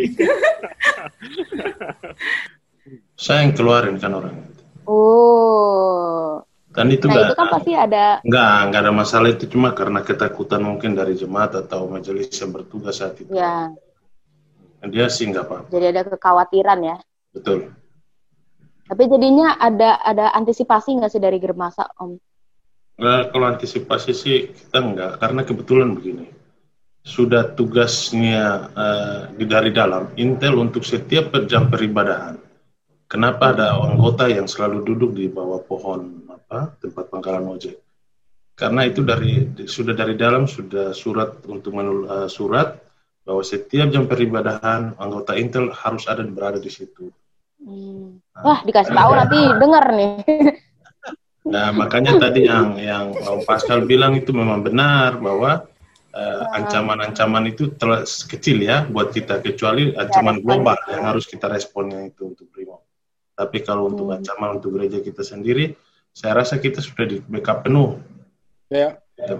Saya yang keluarin kan orang. Oh. Dan itu itu kan pasti ada. Nggak ada masalah itu, cuma karena ketakutan mungkin dari jemaat atau majelis yang bertugas saat itu. Ya. Dan dia sih nggak apa-apa. Jadi ada kekhawatiran ya. Betul. Tapi jadinya ada antisipasi nggak sih dari Germasa Om? Kalau antisipasi sih kita nggak, karena kebetulan begini. Sudah tugasnya dari dalam Intel untuk setiap jam peribadahan. Kenapa ada anggota yang selalu duduk di bawah pohon tempat pangkalan ojek? Karena itu sudah dari dalam sudah surat untuk surat bahwa setiap jam peribadahan anggota Intel harus berada di situ. Wah, dikasih tahu nanti dengar nih. Nah, makanya tadi yang Om Pascal bilang itu memang benar bahwa ancaman-ancaman itu telah kecil ya buat kita, kecuali ancaman global yang harus kita responnya itu untuk BRIMOB. Tapi kalau untuk ancaman untuk gereja kita sendiri, saya rasa kita sudah di backup penuh. Ya.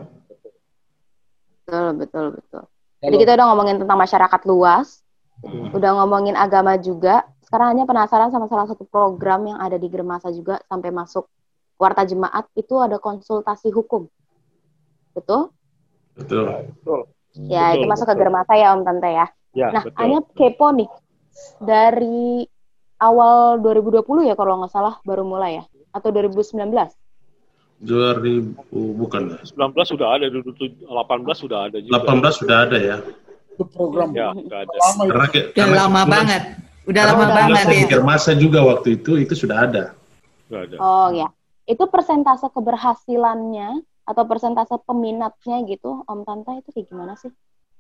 Betul. Jadi kita udah ngomongin tentang masyarakat luas, udah ngomongin agama juga. Sekarang hanya penasaran sama salah satu program yang ada di Germasa juga sampai masuk Warta Jemaat, itu ada konsultasi hukum. Betul? Betul. Ya, itu masuk ke Germasa ya Om Tante ya. Nah, betul. hanya kepo nih. Dari awal 2020 ya kalau nggak salah baru mulai ya? Atau 2019? 2000 bukan ya? 19 sudah ada, 18 sudah ada juga. 18 sudah ada ya. Itu program. Ya, sudah ada. Udah lama banget. Udah lama banget ya. itu. Masa juga waktu itu sudah ada. Sudah ada. Oh ya. Itu persentase keberhasilannya atau persentase peminatnya gitu, Om Tante, itu kayak gimana sih?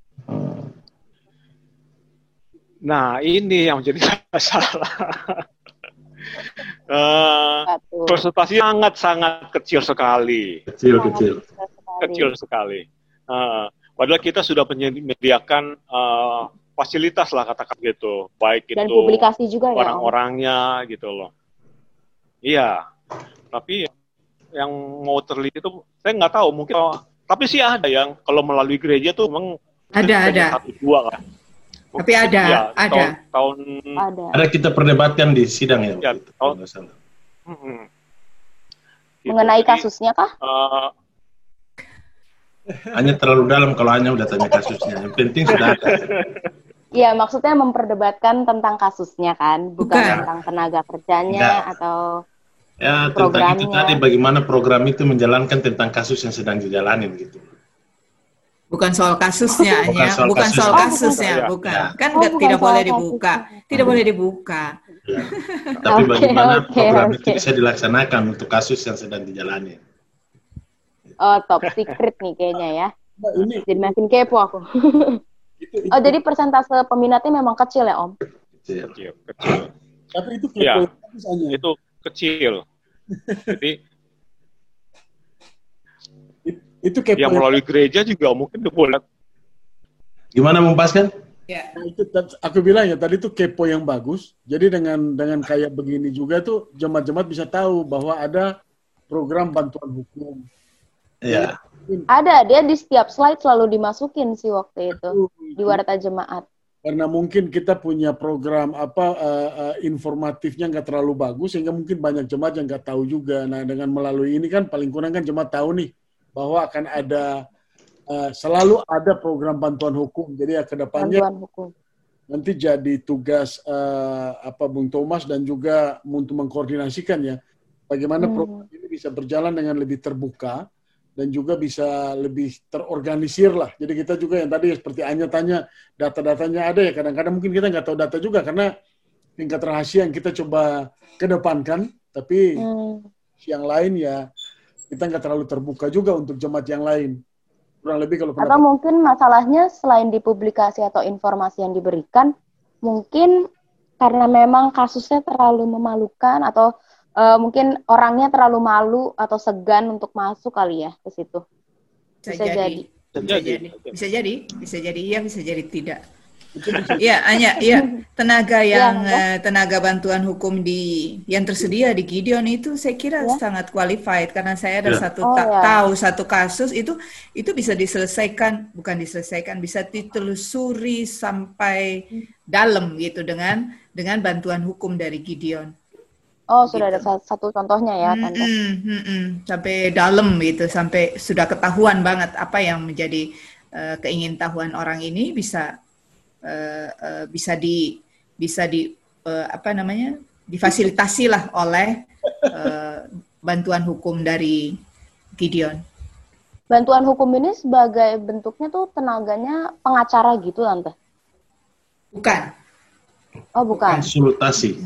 Nah, ini yang menjadi masalah. Presentasi sangat kecil sekali. Kecil sekali. Padahal kita sudah menyediakan fasilitas lah katakan gitu, baik dan itu publikasi juga ya, orang-orangnya gitu loh. Iya, tapi yang mau terlihat itu saya nggak tahu, mungkin tapi sih ada yang kalau melalui gereja tuh memang ada 1-2 kan. Tapi ada, ya, ada. Tahun ada kita perdebatkan di sidang ya. Gitu. Mengenai kasusnya kah? Hanya terlalu dalam kalau hanya udah tanya kasusnya. Yang penting sudah ada. Iya, maksudnya memperdebatkan tentang kasusnya kan, bukan tentang tenaga kerjanya atau ya programnya. Tentang itu tadi bagaimana program itu menjalankan tentang kasus yang sedang dijalanin gitu. Bukan soal kasusnya, bukan soal kasusnya. Kan tidak boleh dibuka, tidak boleh dibuka. Ya. Tapi bagaimana program itu bisa dilaksanakan untuk kasus yang sedang dijalani. Oh, top secret nih kayaknya ya. Jadi makin kepo aku. Oh, jadi persentase peminatnya memang kecil ya, Om? Kecil. Tapi itu kepo itu kecil. Jadi itu kepo yang melalui gereja juga mungkin boleh. Gimana membahaskan? Ya. Nah, itu aku bilang ya tadi itu kepo yang bagus. Jadi dengan kayak begini juga tuh jemaat-jemaat bisa tahu bahwa ada program bantuan hukum. Iya. Ada, dia di setiap slide selalu dimasukin sih waktu itu di Warta Jemaat. karena mungkin kita punya program informatifnya nggak terlalu bagus, sehingga mungkin banyak jemaat yang nggak tahu juga. Nah, dengan melalui ini kan paling kurang kan jemaat tahu nih bahwa akan ada selalu ada program bantuan hukum. Jadi ya ke depannya nanti jadi tugas Bung Thomas dan juga untuk mengkoordinasikan ya bagaimana program ini bisa berjalan dengan lebih terbuka dan juga bisa lebih terorganisir lah. Jadi kita juga yang tadi seperti Anya tanya, data-datanya ada ya. Kadang-kadang mungkin kita nggak tahu data juga karena tingkat rahasia yang kita coba kedepankan, tapi yang lain ya kita nggak terlalu terbuka juga untuk jemaat yang lain. Kurang lebih kalau atau mungkin masalahnya selain di publikasi atau informasi yang diberikan, mungkin karena memang kasusnya terlalu memalukan atau mungkin orangnya terlalu malu atau segan untuk masuk kali ya ke situ. Bisa jadi. Iya, bisa jadi tidak. Iya, Anya, iya, tenaga tenaga bantuan hukum yang tersedia di Gideon itu saya kira sangat qualified karena saya ada tahu satu kasus itu bisa bisa ditelusuri sampai dalam gitu dengan bantuan hukum dari Gideon. Oh, sudah ada satu contohnya ya, Tante. Sampai dalam gitu, sampai sudah ketahuan banget apa yang menjadi keingintahuan orang ini bisa difasilitasi lah oleh bantuan hukum dari Gideon. Bantuan hukum ini sebagai bentuknya tuh tenaganya pengacara gitu, Tante? Bukan. Oh, bukan. Konsultasi.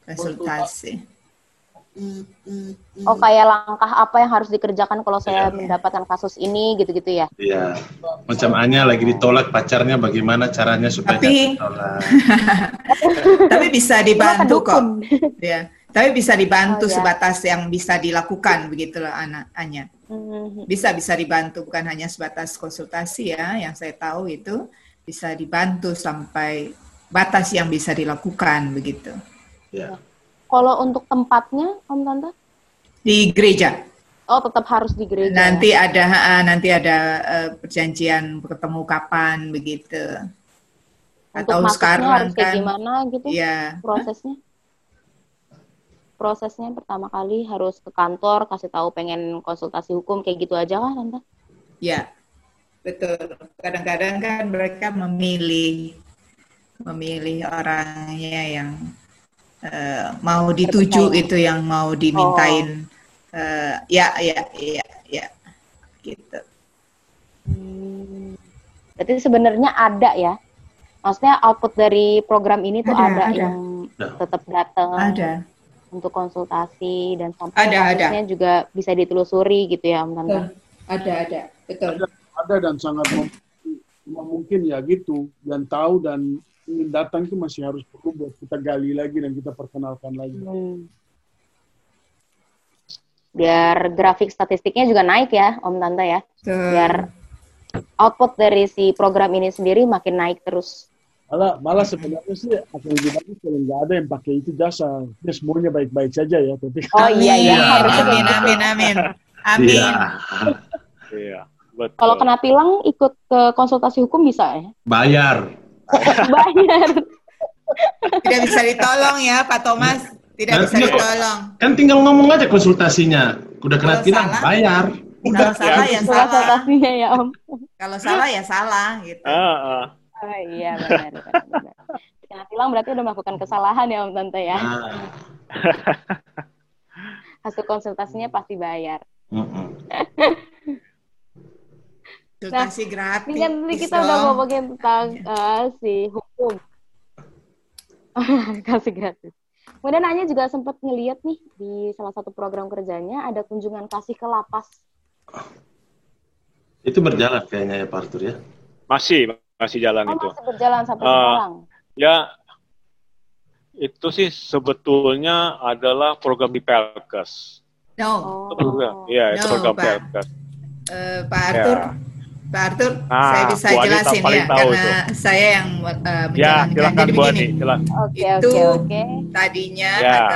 Oh, kayak langkah apa yang harus dikerjakan kalau saya mendapatkan kasus ini gitu-gitu ya? Iya. Macam Anya lagi ditolak pacarnya, bagaimana caranya supaya ditolak? Tapi bisa dibantu kok. Ya. Tapi bisa dibantu sebatas yang bisa dilakukan begitulah Anya. Bisa dibantu, bukan hanya sebatas konsultasi ya, yang saya tahu itu bisa dibantu sampai batas yang bisa dilakukan begitu. Ya. Kalau untuk tempatnya, Om Tante? Di gereja. Oh, tetap harus di gereja. Nanti ada perjanjian bertemu kapan begitu. Untuk atau sekarang harus kayak gimana gitu? Ya. Prosesnya pertama kali harus ke kantor, kasih tahu pengen konsultasi hukum kayak gitu aja kan, Tante? Ya. Betul. Kadang-kadang kan mereka memilih orangnya yang mau dituju itu yang mau dimintain ya gitu. Berarti sebenarnya ada ya, maksudnya output dari program ini tuh ada yang tetap datang untuk konsultasi dan sampai kasusnya juga bisa ditelusuri gitu ya, Om Tante. Ada betul. Ada dan sangat mungkin ya gitu, dan tahu dan ingin datang itu masih harus perlu buat kita gali lagi dan kita perkenalkan lagi. Biar grafik statistiknya juga naik ya, Om Tante ya. Biar output dari si program ini sendiri makin naik terus. Malah sebenarnya sih akan lebih bagus kalau nggak ada yang pakai itu jasa. Ya semuanya baik-baik saja ya. Tapi Amin. Iya. Betul. Kalau kena tilang ikut ke konsultasi hukum bisa ya? Bayar. Tidak bisa ditolong ya Pak Thomas, tidak bisa ditolong. Kan tinggal ngomong aja konsultasinya. Udah kena tilang bayar. Kalau salah ya salah. Konsultasinya ya Om. Kalau salah ya salah gitu. Oh iya benar. Kena tilang berarti udah melakukan kesalahan ya Om Tante ya. Hasil konsultasinya pasti bayar. Konsultasi gratis. Ini kan kita udah ngomongin tentang si hukum. Kasih gratis. Kemudian Anya juga sempat ngeliat nih di salah satu program kerjanya ada kunjungan kasih ke lapas. Itu berjalan kayaknya ya Pak Arthur ya? Masih jalan itu. Masih berjalan sampai sekarang. Ya, itu sih sebetulnya adalah program di Pelkes. Program Pelkes. Pak Arthur, saya bisa jelasin ya, karena saya yang menjalankan. Jadi begini, itu tadinya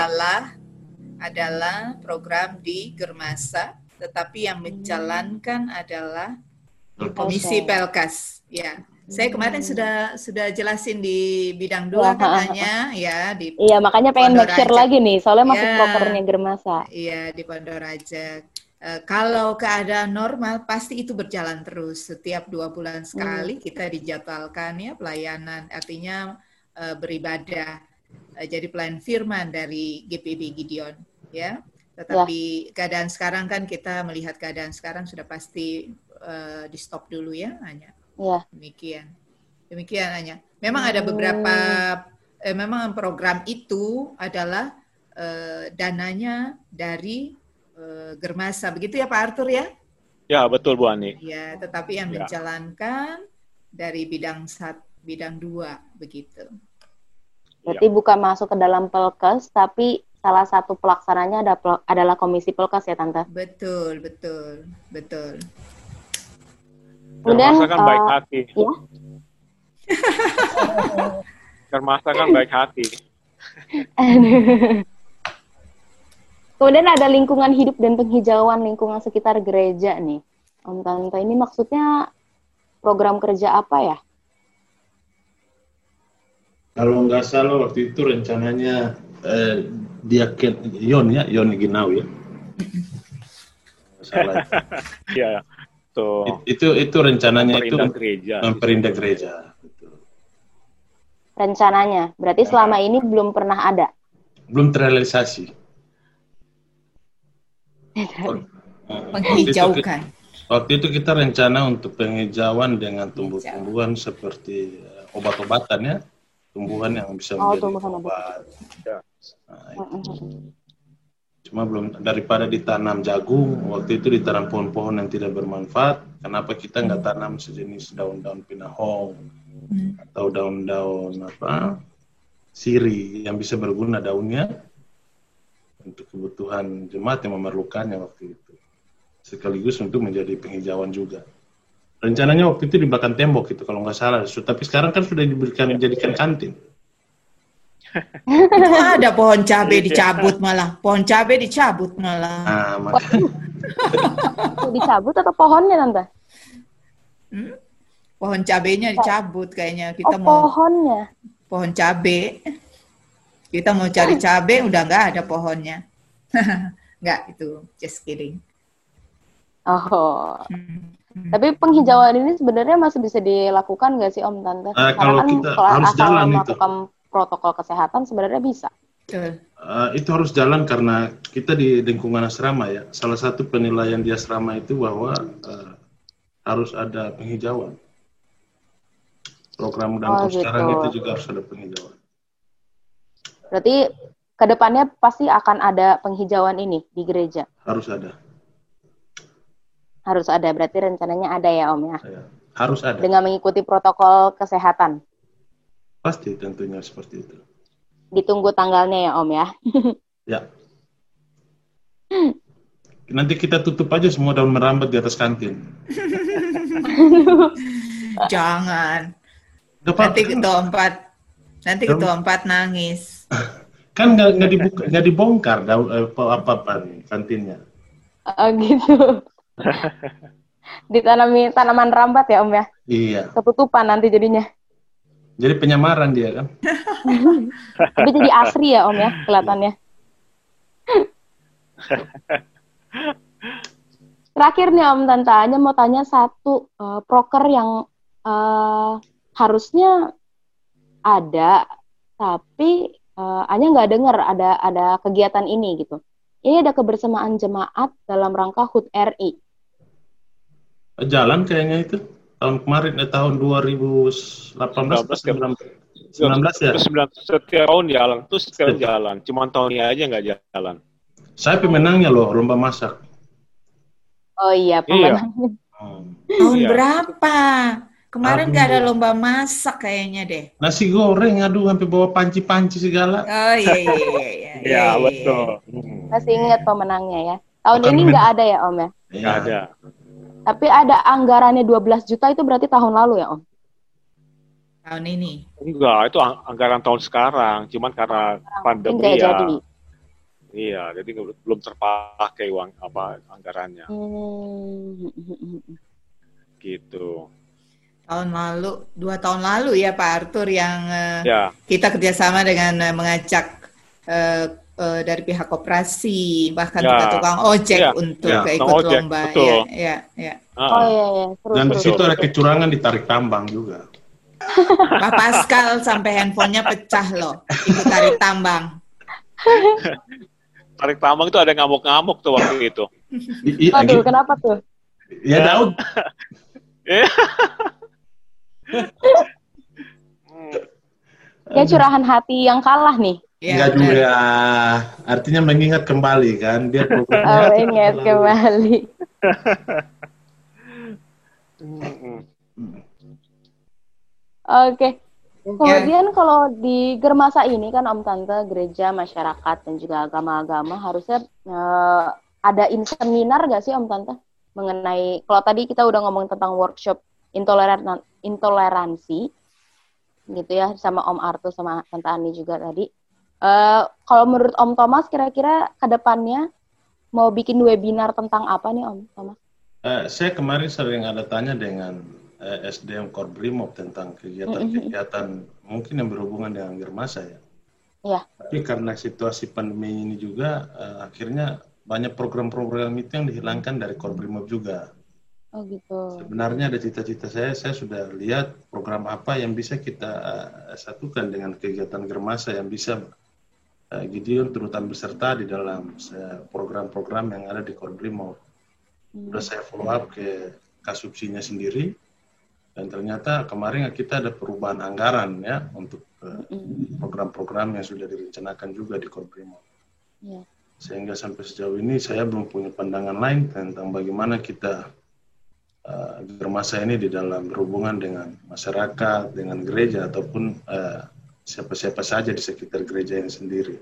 adalah program di Germasa, tetapi yang menjalankan adalah Komisi Pelkas, ya. Saya kemarin sudah jelasin di bidang 2 katanya ya di. Iya, makanya pengen make sure lagi nih, soalnya masuk Ya, prokernya Germasa. Iya, di Pondoraja. Kalau keadaan normal pasti itu berjalan terus. Setiap 2 bulan sekali kita dijadwalkan ya pelayanan, artinya beribadah. Jadi pelayan firman dari GPB Gideon ya. Tetapi keadaan sekarang kan kita melihat keadaan sekarang sudah pasti di stop dulu ya hanya. Ya. Demikian hanya. Memang ada beberapa, memang program itu adalah dananya dari Germasa, begitu ya Pak Arthur ya? Ya betul Bu Ani. Ya, tetapi yang menjalankan dari bidang 2 begitu. Berarti bukan masuk ke dalam Pelkes, tapi salah satu pelaksananya adalah Komisi Pelkes ya Tante? Betul. Kemudian Germasa kan baik hati. Ya? Germasa kan baik hati. Kemudian ada lingkungan hidup dan penghijauan lingkungan sekitar gereja nih. Om Tante, ini maksudnya program kerja apa ya? Kalau nggak salah waktu itu rencananya Yon Ginau ya. Salah. Iya. Itu rencananya memperindah gereja. Betul. Rencananya, berarti selama ini belum pernah ada? Belum terrealisasi. Menghijaukan. Waktu itu kita rencana untuk penghijauan dengan tumbuh-tumbuhan seperti obat-obatan ya, tumbuhan yang bisa menjadi obat. Cuma belum, daripada ditanam jagung, waktu itu ditanam pohon-pohon yang tidak bermanfaat. Kenapa kita nggak tanam sejenis daun-daun pinahong atau daun-daun siri yang bisa berguna daunnya untuk kebutuhan jemaat yang memerlukannya waktu itu. Sekaligus untuk menjadi penghijauan juga. Rencananya waktu itu di belakang tembok itu kalau nggak salah. Tapi sekarang kan sudah dijadikan kantin. Itu ada pohon cabai dicabut malah. Pohon cabai dicabut malah. Nah, makanya. Dicabut atau pohonnya Tante? Pohon cabainya dicabut kayaknya. Kita mau pohonnya. Pohon cabai. Kita mau cari cabai udah nggak ada pohonnya. Nggak, itu just kidding. Tapi penghijauan ini sebenarnya masih bisa dilakukan nggak sih Om Tante? Kalau kan kita kalau harus jalan melakukan protokol kesehatan sebenarnya bisa. Itu harus jalan karena kita di lingkungan asrama ya. Salah satu penilaian di asrama itu bahwa harus ada penghijauan. Program dan sekarang itu juga harus ada penghijauan. Berarti kedepannya pasti akan ada penghijauan ini di gereja? Harus ada. Harus ada, berarti rencananya ada ya Om ya? Harus ada. Dengan mengikuti protokol kesehatan? Pasti tentunya seperti itu. Ditunggu tanggalnya ya Om ya? Ya. Nanti kita tutup aja semua daun merambat di atas kantin. Jangan. Nanti ketua 4 nangis. Kan nggak dibongkar apa kantinnya. Oh gitu. Ditanami tanaman rambat ya Om ya? Iya. Ketutupan nanti jadinya. Jadi penyamaran dia kan. Tapi jadi asri ya Om ya kelihatannya. Terakhir nih Om Tante, hanya mau tanya satu proker yang harusnya ada, tapi Anya nggak dengar ada kegiatan ini gitu. Ini ada kebersamaan jemaat dalam rangka HUT RI. Jalan kayaknya itu tahun kemarin, tahun 2018 19 ya. Setiap tahun jalan, terus sekarang jalan. Cuma tahun ini aja nggak jalan. Saya pemenangnya loh, lomba masak. Oh iya, pemenangnya. Tahun berapa? Kemarin nggak ada lomba masak kayaknya deh. Nasi goreng, aduh, sampai bawa panci-panci segala. Oh iya. Iya, betul. Masih ingat pemenangnya ya. Tahun ini nggak ada ya Om ya? Nggak ada. Tapi ada anggarannya 12 juta itu berarti tahun lalu ya Om? Tahun ini? Enggak, itu anggaran tahun sekarang. Cuman karena pandemi ya. Jadi. Iya, jadi belum terpakai uang anggarannya. Gitu. 2 tahun lalu ya Pak Arthur yang kita kerjasama dengan mengajak dari pihak koperasi bahkan juga tukang ojek untuk ikut lomba. Oh iya. Seru, dan di situ ada kecurangan di tarik tambang juga. Pak Pascal sampai handphonenya pecah loh ikut tarik tambang. Tarik tambang itu ada ngamuk-ngamuk tuh waktu itu. Aduh, kenapa tuh? Ya Daud. Ya curahan hati yang kalah nih. Enggak juga, artinya mengingat kembali kan dia programnya. Mengingat kembali. Oke. Kemudian kalau di Germasa ini kan Om Tante, gereja, masyarakat dan juga agama-agama harusnya ada seminar nggak sih Om Tante mengenai, kalau tadi kita udah ngomong tentang workshop intoleransi gitu ya sama Om Arthur sama Tante Ani juga tadi. Kalau menurut Om Thomas kira-kira ke depannya mau bikin webinar tentang apa nih Om Thomas? Saya kemarin sering ada tanya dengan SDM Korbrimob tentang kegiatan-kegiatan mungkin yang berhubungan dengan Germasa ya. Iya. Tapi karena situasi pandemi ini juga akhirnya banyak program-program itu yang dihilangkan dari Korbrimob juga. Oh gitu. Sebenarnya ada cita-cita saya sudah lihat program apa yang bisa kita satukan dengan kegiatan Germasa yang bisa Gideon turut ambil serta di dalam program-program yang ada di Korbrimob. Sudah saya follow up ke kasubsinya sendiri dan ternyata kemarin kita ada perubahan anggaran ya untuk program-program yang sudah direncanakan juga di Korbrimob. Yeah. Sehingga sampai sejauh ini saya belum punya pandangan lain tentang bagaimana kita Germasa ini di dalam berhubungan dengan masyarakat, dengan gereja ataupun siapa-siapa saja di sekitar gereja ini sendiri.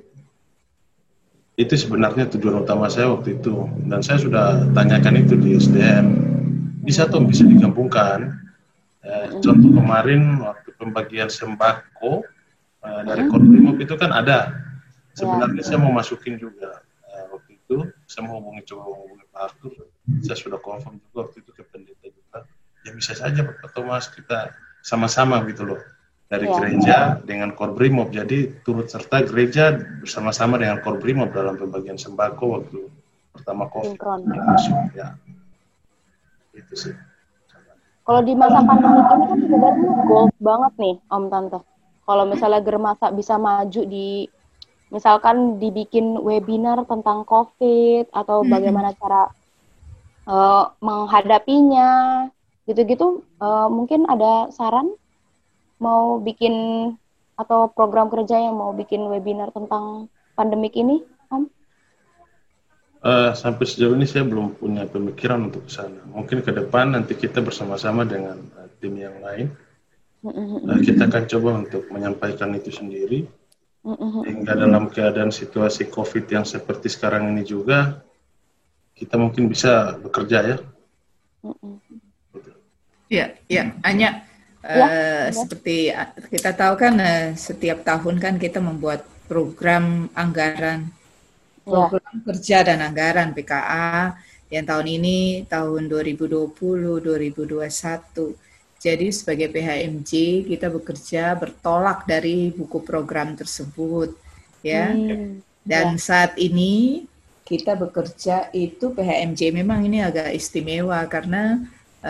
Itu sebenarnya tujuan utama saya waktu itu dan saya sudah tanyakan itu di SDM. Bisa digabungkan. Contoh kemarin waktu pembagian sembako dari Korbrimob itu kan ada. Sebenarnya saya mau masukin juga waktu itu. Saya mau hubungi Pak Arthur. Saya sudah confirm juga waktu itu ke pendeta juga. Ya bisa saja Pak Thomas kita sama-sama gitu loh. Dari gereja dengan Korbrimob. Jadi turut serta gereja bersama-sama dengan Korbrimob dalam pembagian sembako waktu pertama COVID masuk ya. Itu sih. Kalau di masa pandemi ini kan sebenarnya gold banget nih Om Tante. Kalau misalnya Germasa bisa maju misalkan dibikin webinar tentang COVID atau bagaimana cara menghadapinya, gitu-gitu, mungkin ada saran mau bikin atau program kerja yang mau bikin webinar tentang pandemik ini, Om? Sampai sejauh ini saya belum punya pemikiran untuk ke sana. Mungkin ke depan nanti kita bersama-sama dengan tim yang lain, kita akan coba untuk menyampaikan itu sendiri. Hingga dalam keadaan situasi COVID yang seperti sekarang ini juga, kita mungkin bisa bekerja ya. Ya, Anya. Seperti kita tahu kan setiap tahun kan kita membuat program anggaran, program kerja dan anggaran PKA yang tahun ini tahun 2020-2021. Jadi sebagai PHMJ kita bekerja bertolak dari buku program tersebut ya. Dan saat ini kita bekerja itu PHMJ memang ini agak istimewa karena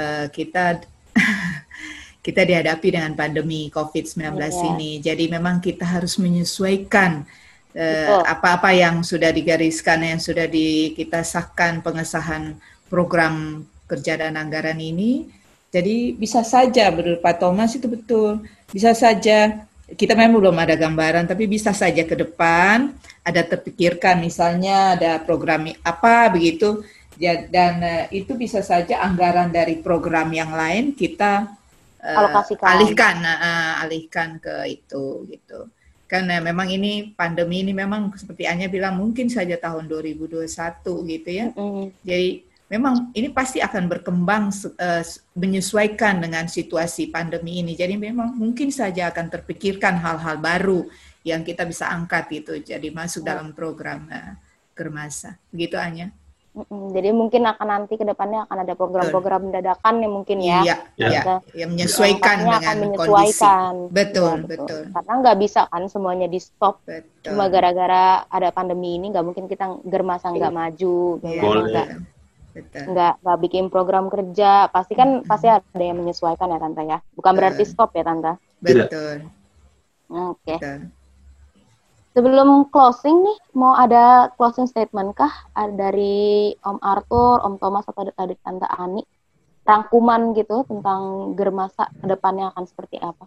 kita dihadapi dengan pandemi COVID-19 ini. Jadi memang kita harus menyesuaikan apa-apa yang sudah digariskan, yang sudah kita sahkan pengesahan program kerja dan anggaran ini. Jadi bisa saja, menurut Pak Thomas itu betul, bisa saja, kita memang belum ada gambaran, tapi bisa saja ke depan ada terpikirkan, misalnya ada program apa begitu, dan itu bisa saja anggaran dari program yang lain kita alihkan ke itu gitu. Karena memang ini pandemi ini memang seperti Anya bilang mungkin saja tahun 2021 gitu ya. Jadi memang ini pasti akan berkembang menyesuaikan dengan situasi pandemi ini. Jadi memang mungkin saja akan terpikirkan hal-hal baru yang kita bisa angkat itu. Jadi masuk dalam program Germasa. Begitu Anya? Jadi mungkin akan nanti ke depannya akan ada program-program dadakan yang mungkin ya. Iya, yang menyesuaikan dengan akan menyesuaikan. kondisi. Betul. Karena nggak bisa kan semuanya di stop. Betul. Cuma gara-gara ada pandemi ini nggak mungkin kita Germasa nggak maju, nggak bikin program kerja. Pasti ada yang menyesuaikan ya Tante ya. Bukan berarti stop ya Tante. Betul. Oke. Sebelum closing nih, mau ada closing statement kah dari Om Arthur, Om Thomas, atau dari Tante Ani? Rangkuman gitu tentang Germasa ke depannya akan seperti apa?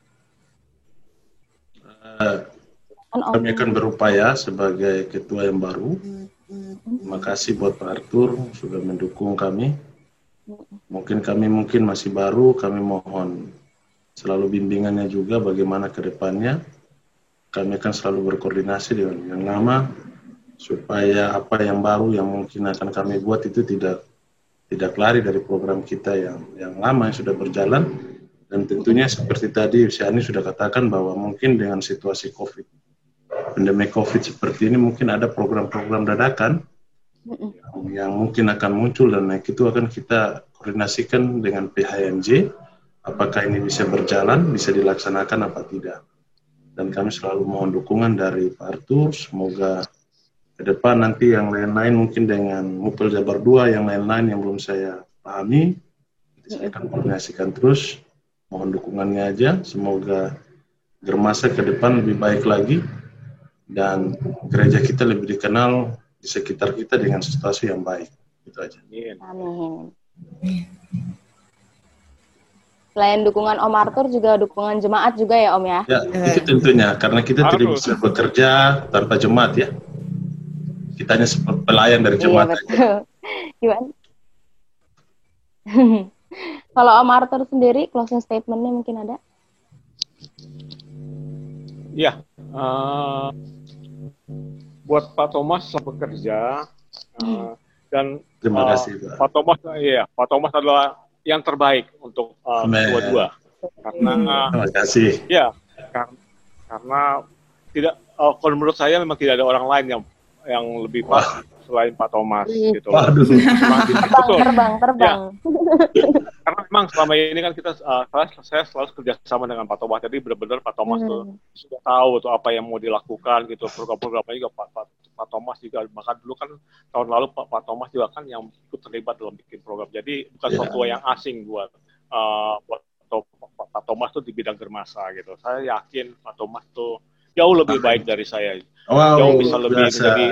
Kami akan berupaya sebagai ketua yang baru. Terima kasih buat Pak Arthur sudah mendukung kami. Mungkin masih baru, kami mohon selalu bimbingannya juga bagaimana ke depannya. Kami akan selalu berkoordinasi dengan yang lama supaya apa yang baru yang mungkin akan kami buat itu tidak lari dari program kita yang lama yang sudah berjalan. Dan tentunya seperti tadi Syahni sudah katakan bahwa mungkin dengan situasi pandemi COVID seperti ini mungkin ada program-program dadakan yang mungkin akan muncul, dan itu akan kita koordinasikan dengan PHMJ apakah ini bisa berjalan, bisa dilaksanakan apa tidak. Dan kami selalu mohon dukungan dari Pak Arthur. Semoga ke depan nanti yang lain-lain mungkin dengan Mupel Jabar 2, yang lain-lain yang belum saya pahami, saya akan koordinasikan terus. Mohon dukungannya aja. Semoga Germasa ke depan lebih baik lagi dan gereja kita lebih dikenal di sekitar kita dengan situasi yang baik. Itu aja. Amin. Selain dukungan Om Arthur, juga dukungan jemaat juga ya Om ya? Ya, itu tentunya. Karena kita tidak bisa bekerja tanpa jemaat ya. Kita hanya pelayan dari jemaat. Iya, betul. Gimana? Kalau Om Arthur sendiri, closing statement-nya mungkin ada? Ya, buat Pak Thomas bekerja, dan terima kasih Pak. Pak Thomas adalah yang terbaik untuk dua-dua, karena terima kasih. Ya, karena tidak, kalau menurut saya memang tidak ada orang lain yang lebih pas selain Pak Thomas gitu. Waduh. Terbang. Ya. Karena memang selama ini kan saya selalu kerjasama dengan Pak Thomas, jadi benar-benar Pak Thomas tuh sudah tahu tuh apa yang mau dilakukan gitu, program-programnya juga Pak Thomas juga, bahkan dulu kan tahun lalu Pak Thomas juga kan yang ikut terlibat dalam bikin program, jadi bukan sesuatu yang asing buat Pak Thomas tuh di bidang Germasa gitu. Saya yakin Pak Thomas tuh jauh lebih baik dari saya, jauh bisa lebih menjadi,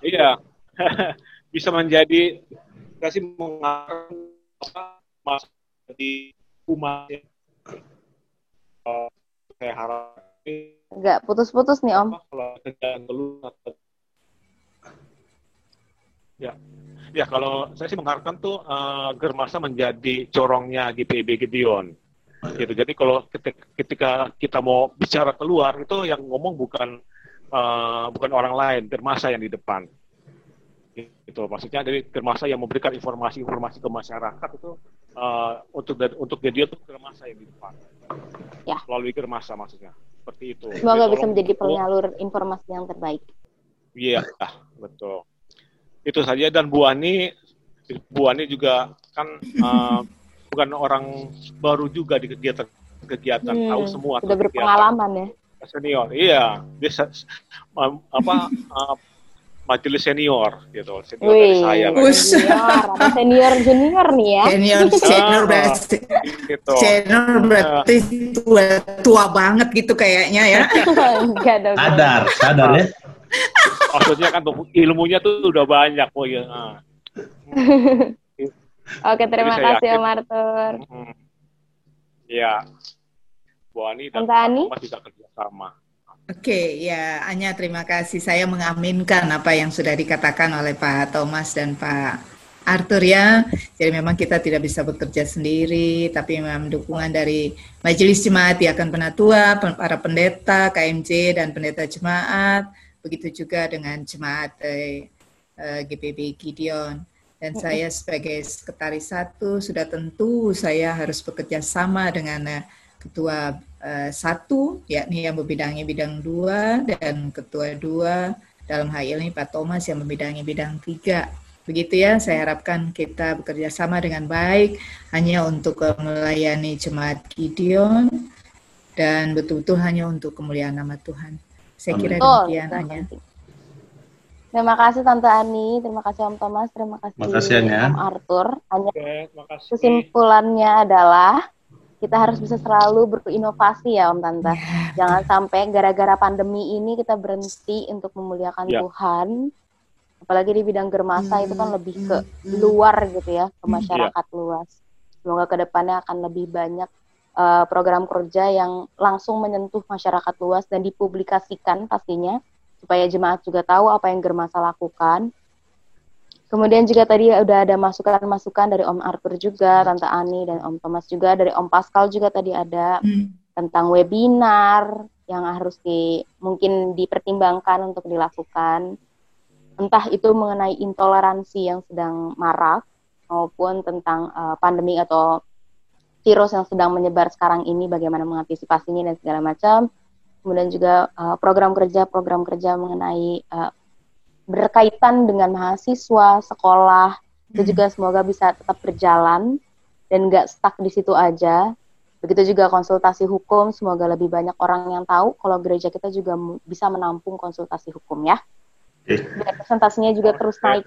bisa menjadi kasih mengarah di umat ya. Saya harap enggak putus-putus nih Om. Ya kalau saya sih mengharapkan tuh Germasa menjadi corongnya GPIB Gideon. Gitu. Jadi kalau ketika kita mau bicara keluar itu yang ngomong bukan orang lain, Germasa yang di depan. Gitu. Maksudnya dari Germasa yang memberikan informasi ke masyarakat itu untuk Gideon itu Germasa yang di depan. Ya. Melalui Germasa maksudnya. Seperti itu. Semoga bisa menjadi penyalur informasi yang terbaik. Iya, betul. Itu saja. Dan Bu Ani juga kan bukan orang baru juga di kegiatan tahu semua. Sudah berpengalaman ya. Senior, iya. Dia majelis senior gitu, senior dari saya. Senior junior nih ya. Senior berarti. Gitu. Senior berarti tua banget gitu kayaknya ya. Sadar ya. Maksudnya kan ilmunya tuh udah banyak ya. Oke, terima kasih Om Arthur. Ya, Bu Ani dan Pak Thomas bisa kerjasama. Oke, ya Anya terima kasih. Saya mengaminkan apa yang sudah dikatakan oleh Pak Thomas dan Pak Arthur ya. Jadi memang kita tidak bisa bekerja sendiri, tapi memang dukungan dari Majelis Jemaat Diakan Penatua, para pendeta, KMJ dan pendeta jemaat, begitu juga dengan jemaat GPIB Gideon. Dan saya sebagai sekretaris 1 sudah tentu saya harus bekerja sama dengan ketua 1, yakni yang membidangi bidang 2, dan ketua 2 dalam hal ini Pak Thomas yang membidangi bidang 3. Begitu ya, saya harapkan kita bekerja sama dengan baik hanya untuk melayani jemaat Gideon dan betul-betul hanya untuk kemuliaan nama Tuhan. Saya kira demikian hanya. Terima kasih Tante Ani, terima kasih Om Thomas, terima kasih Om Arthur. Hanya kesimpulannya adalah kita harus bisa selalu berinovasi ya Om Tante. Jangan sampai gara-gara pandemi ini kita berhenti untuk memuliakan Tuhan. Apalagi di bidang germasa itu kan lebih ke luar gitu ya, ke masyarakat luas. Semoga kedepannya akan lebih banyak program kerja yang langsung menyentuh masyarakat luas dan dipublikasikan pastinya, supaya jemaat juga tahu apa yang germasa lakukan. Kemudian juga tadi udah ada masukan-masukan dari Om Arthur juga, Tante Ani dan Om Thomas juga, dari Om Pascal juga tadi ada tentang webinar yang harus mungkin dipertimbangkan untuk dilakukan. Entah itu mengenai intoleransi yang sedang marak, maupun tentang pandemi atau virus yang sedang menyebar sekarang ini, bagaimana mengantisipasinya dan segala macam. Kemudian juga program kerja mengenai berkaitan dengan mahasiswa, sekolah, itu juga semoga bisa tetap berjalan dan nggak stuck di situ aja. Begitu juga konsultasi hukum, semoga lebih banyak orang yang tahu kalau gereja kita juga bisa menampung konsultasi hukum ya. Biar presentasinya juga terus naik.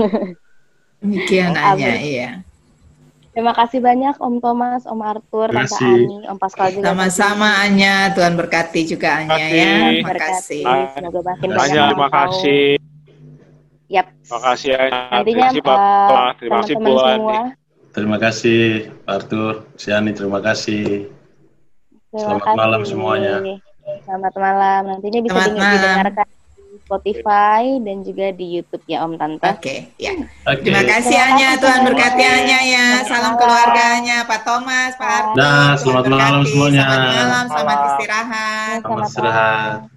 Demikian aja, iya. Terima kasih banyak Om Thomas, Om Arthur, Tante Ani, Om Pascal juga. Sama-sama Anya, Tuhan berkati juga Anya ya. Terima kasih. Semoga makin banyak orang terima kasih. Yap. Terima kasih Anya. Nantinya terima kasih teman-teman semua. Terima kasih Pak Arthur, Si Ani, terima kasih. Selamat malam semuanya. Selamat malam. Nantinya bisa didengarkan Spotify dan juga di YouTube ya Om Tante. Oke, ya. Terima kasih Anya, Tuhan berkati Anya ya. Salam keluarganya, Pak Thomas, Pak Arthur. Nah, selamat malam semuanya. Selamat malam, selamat istirahat. Selamat istirahat.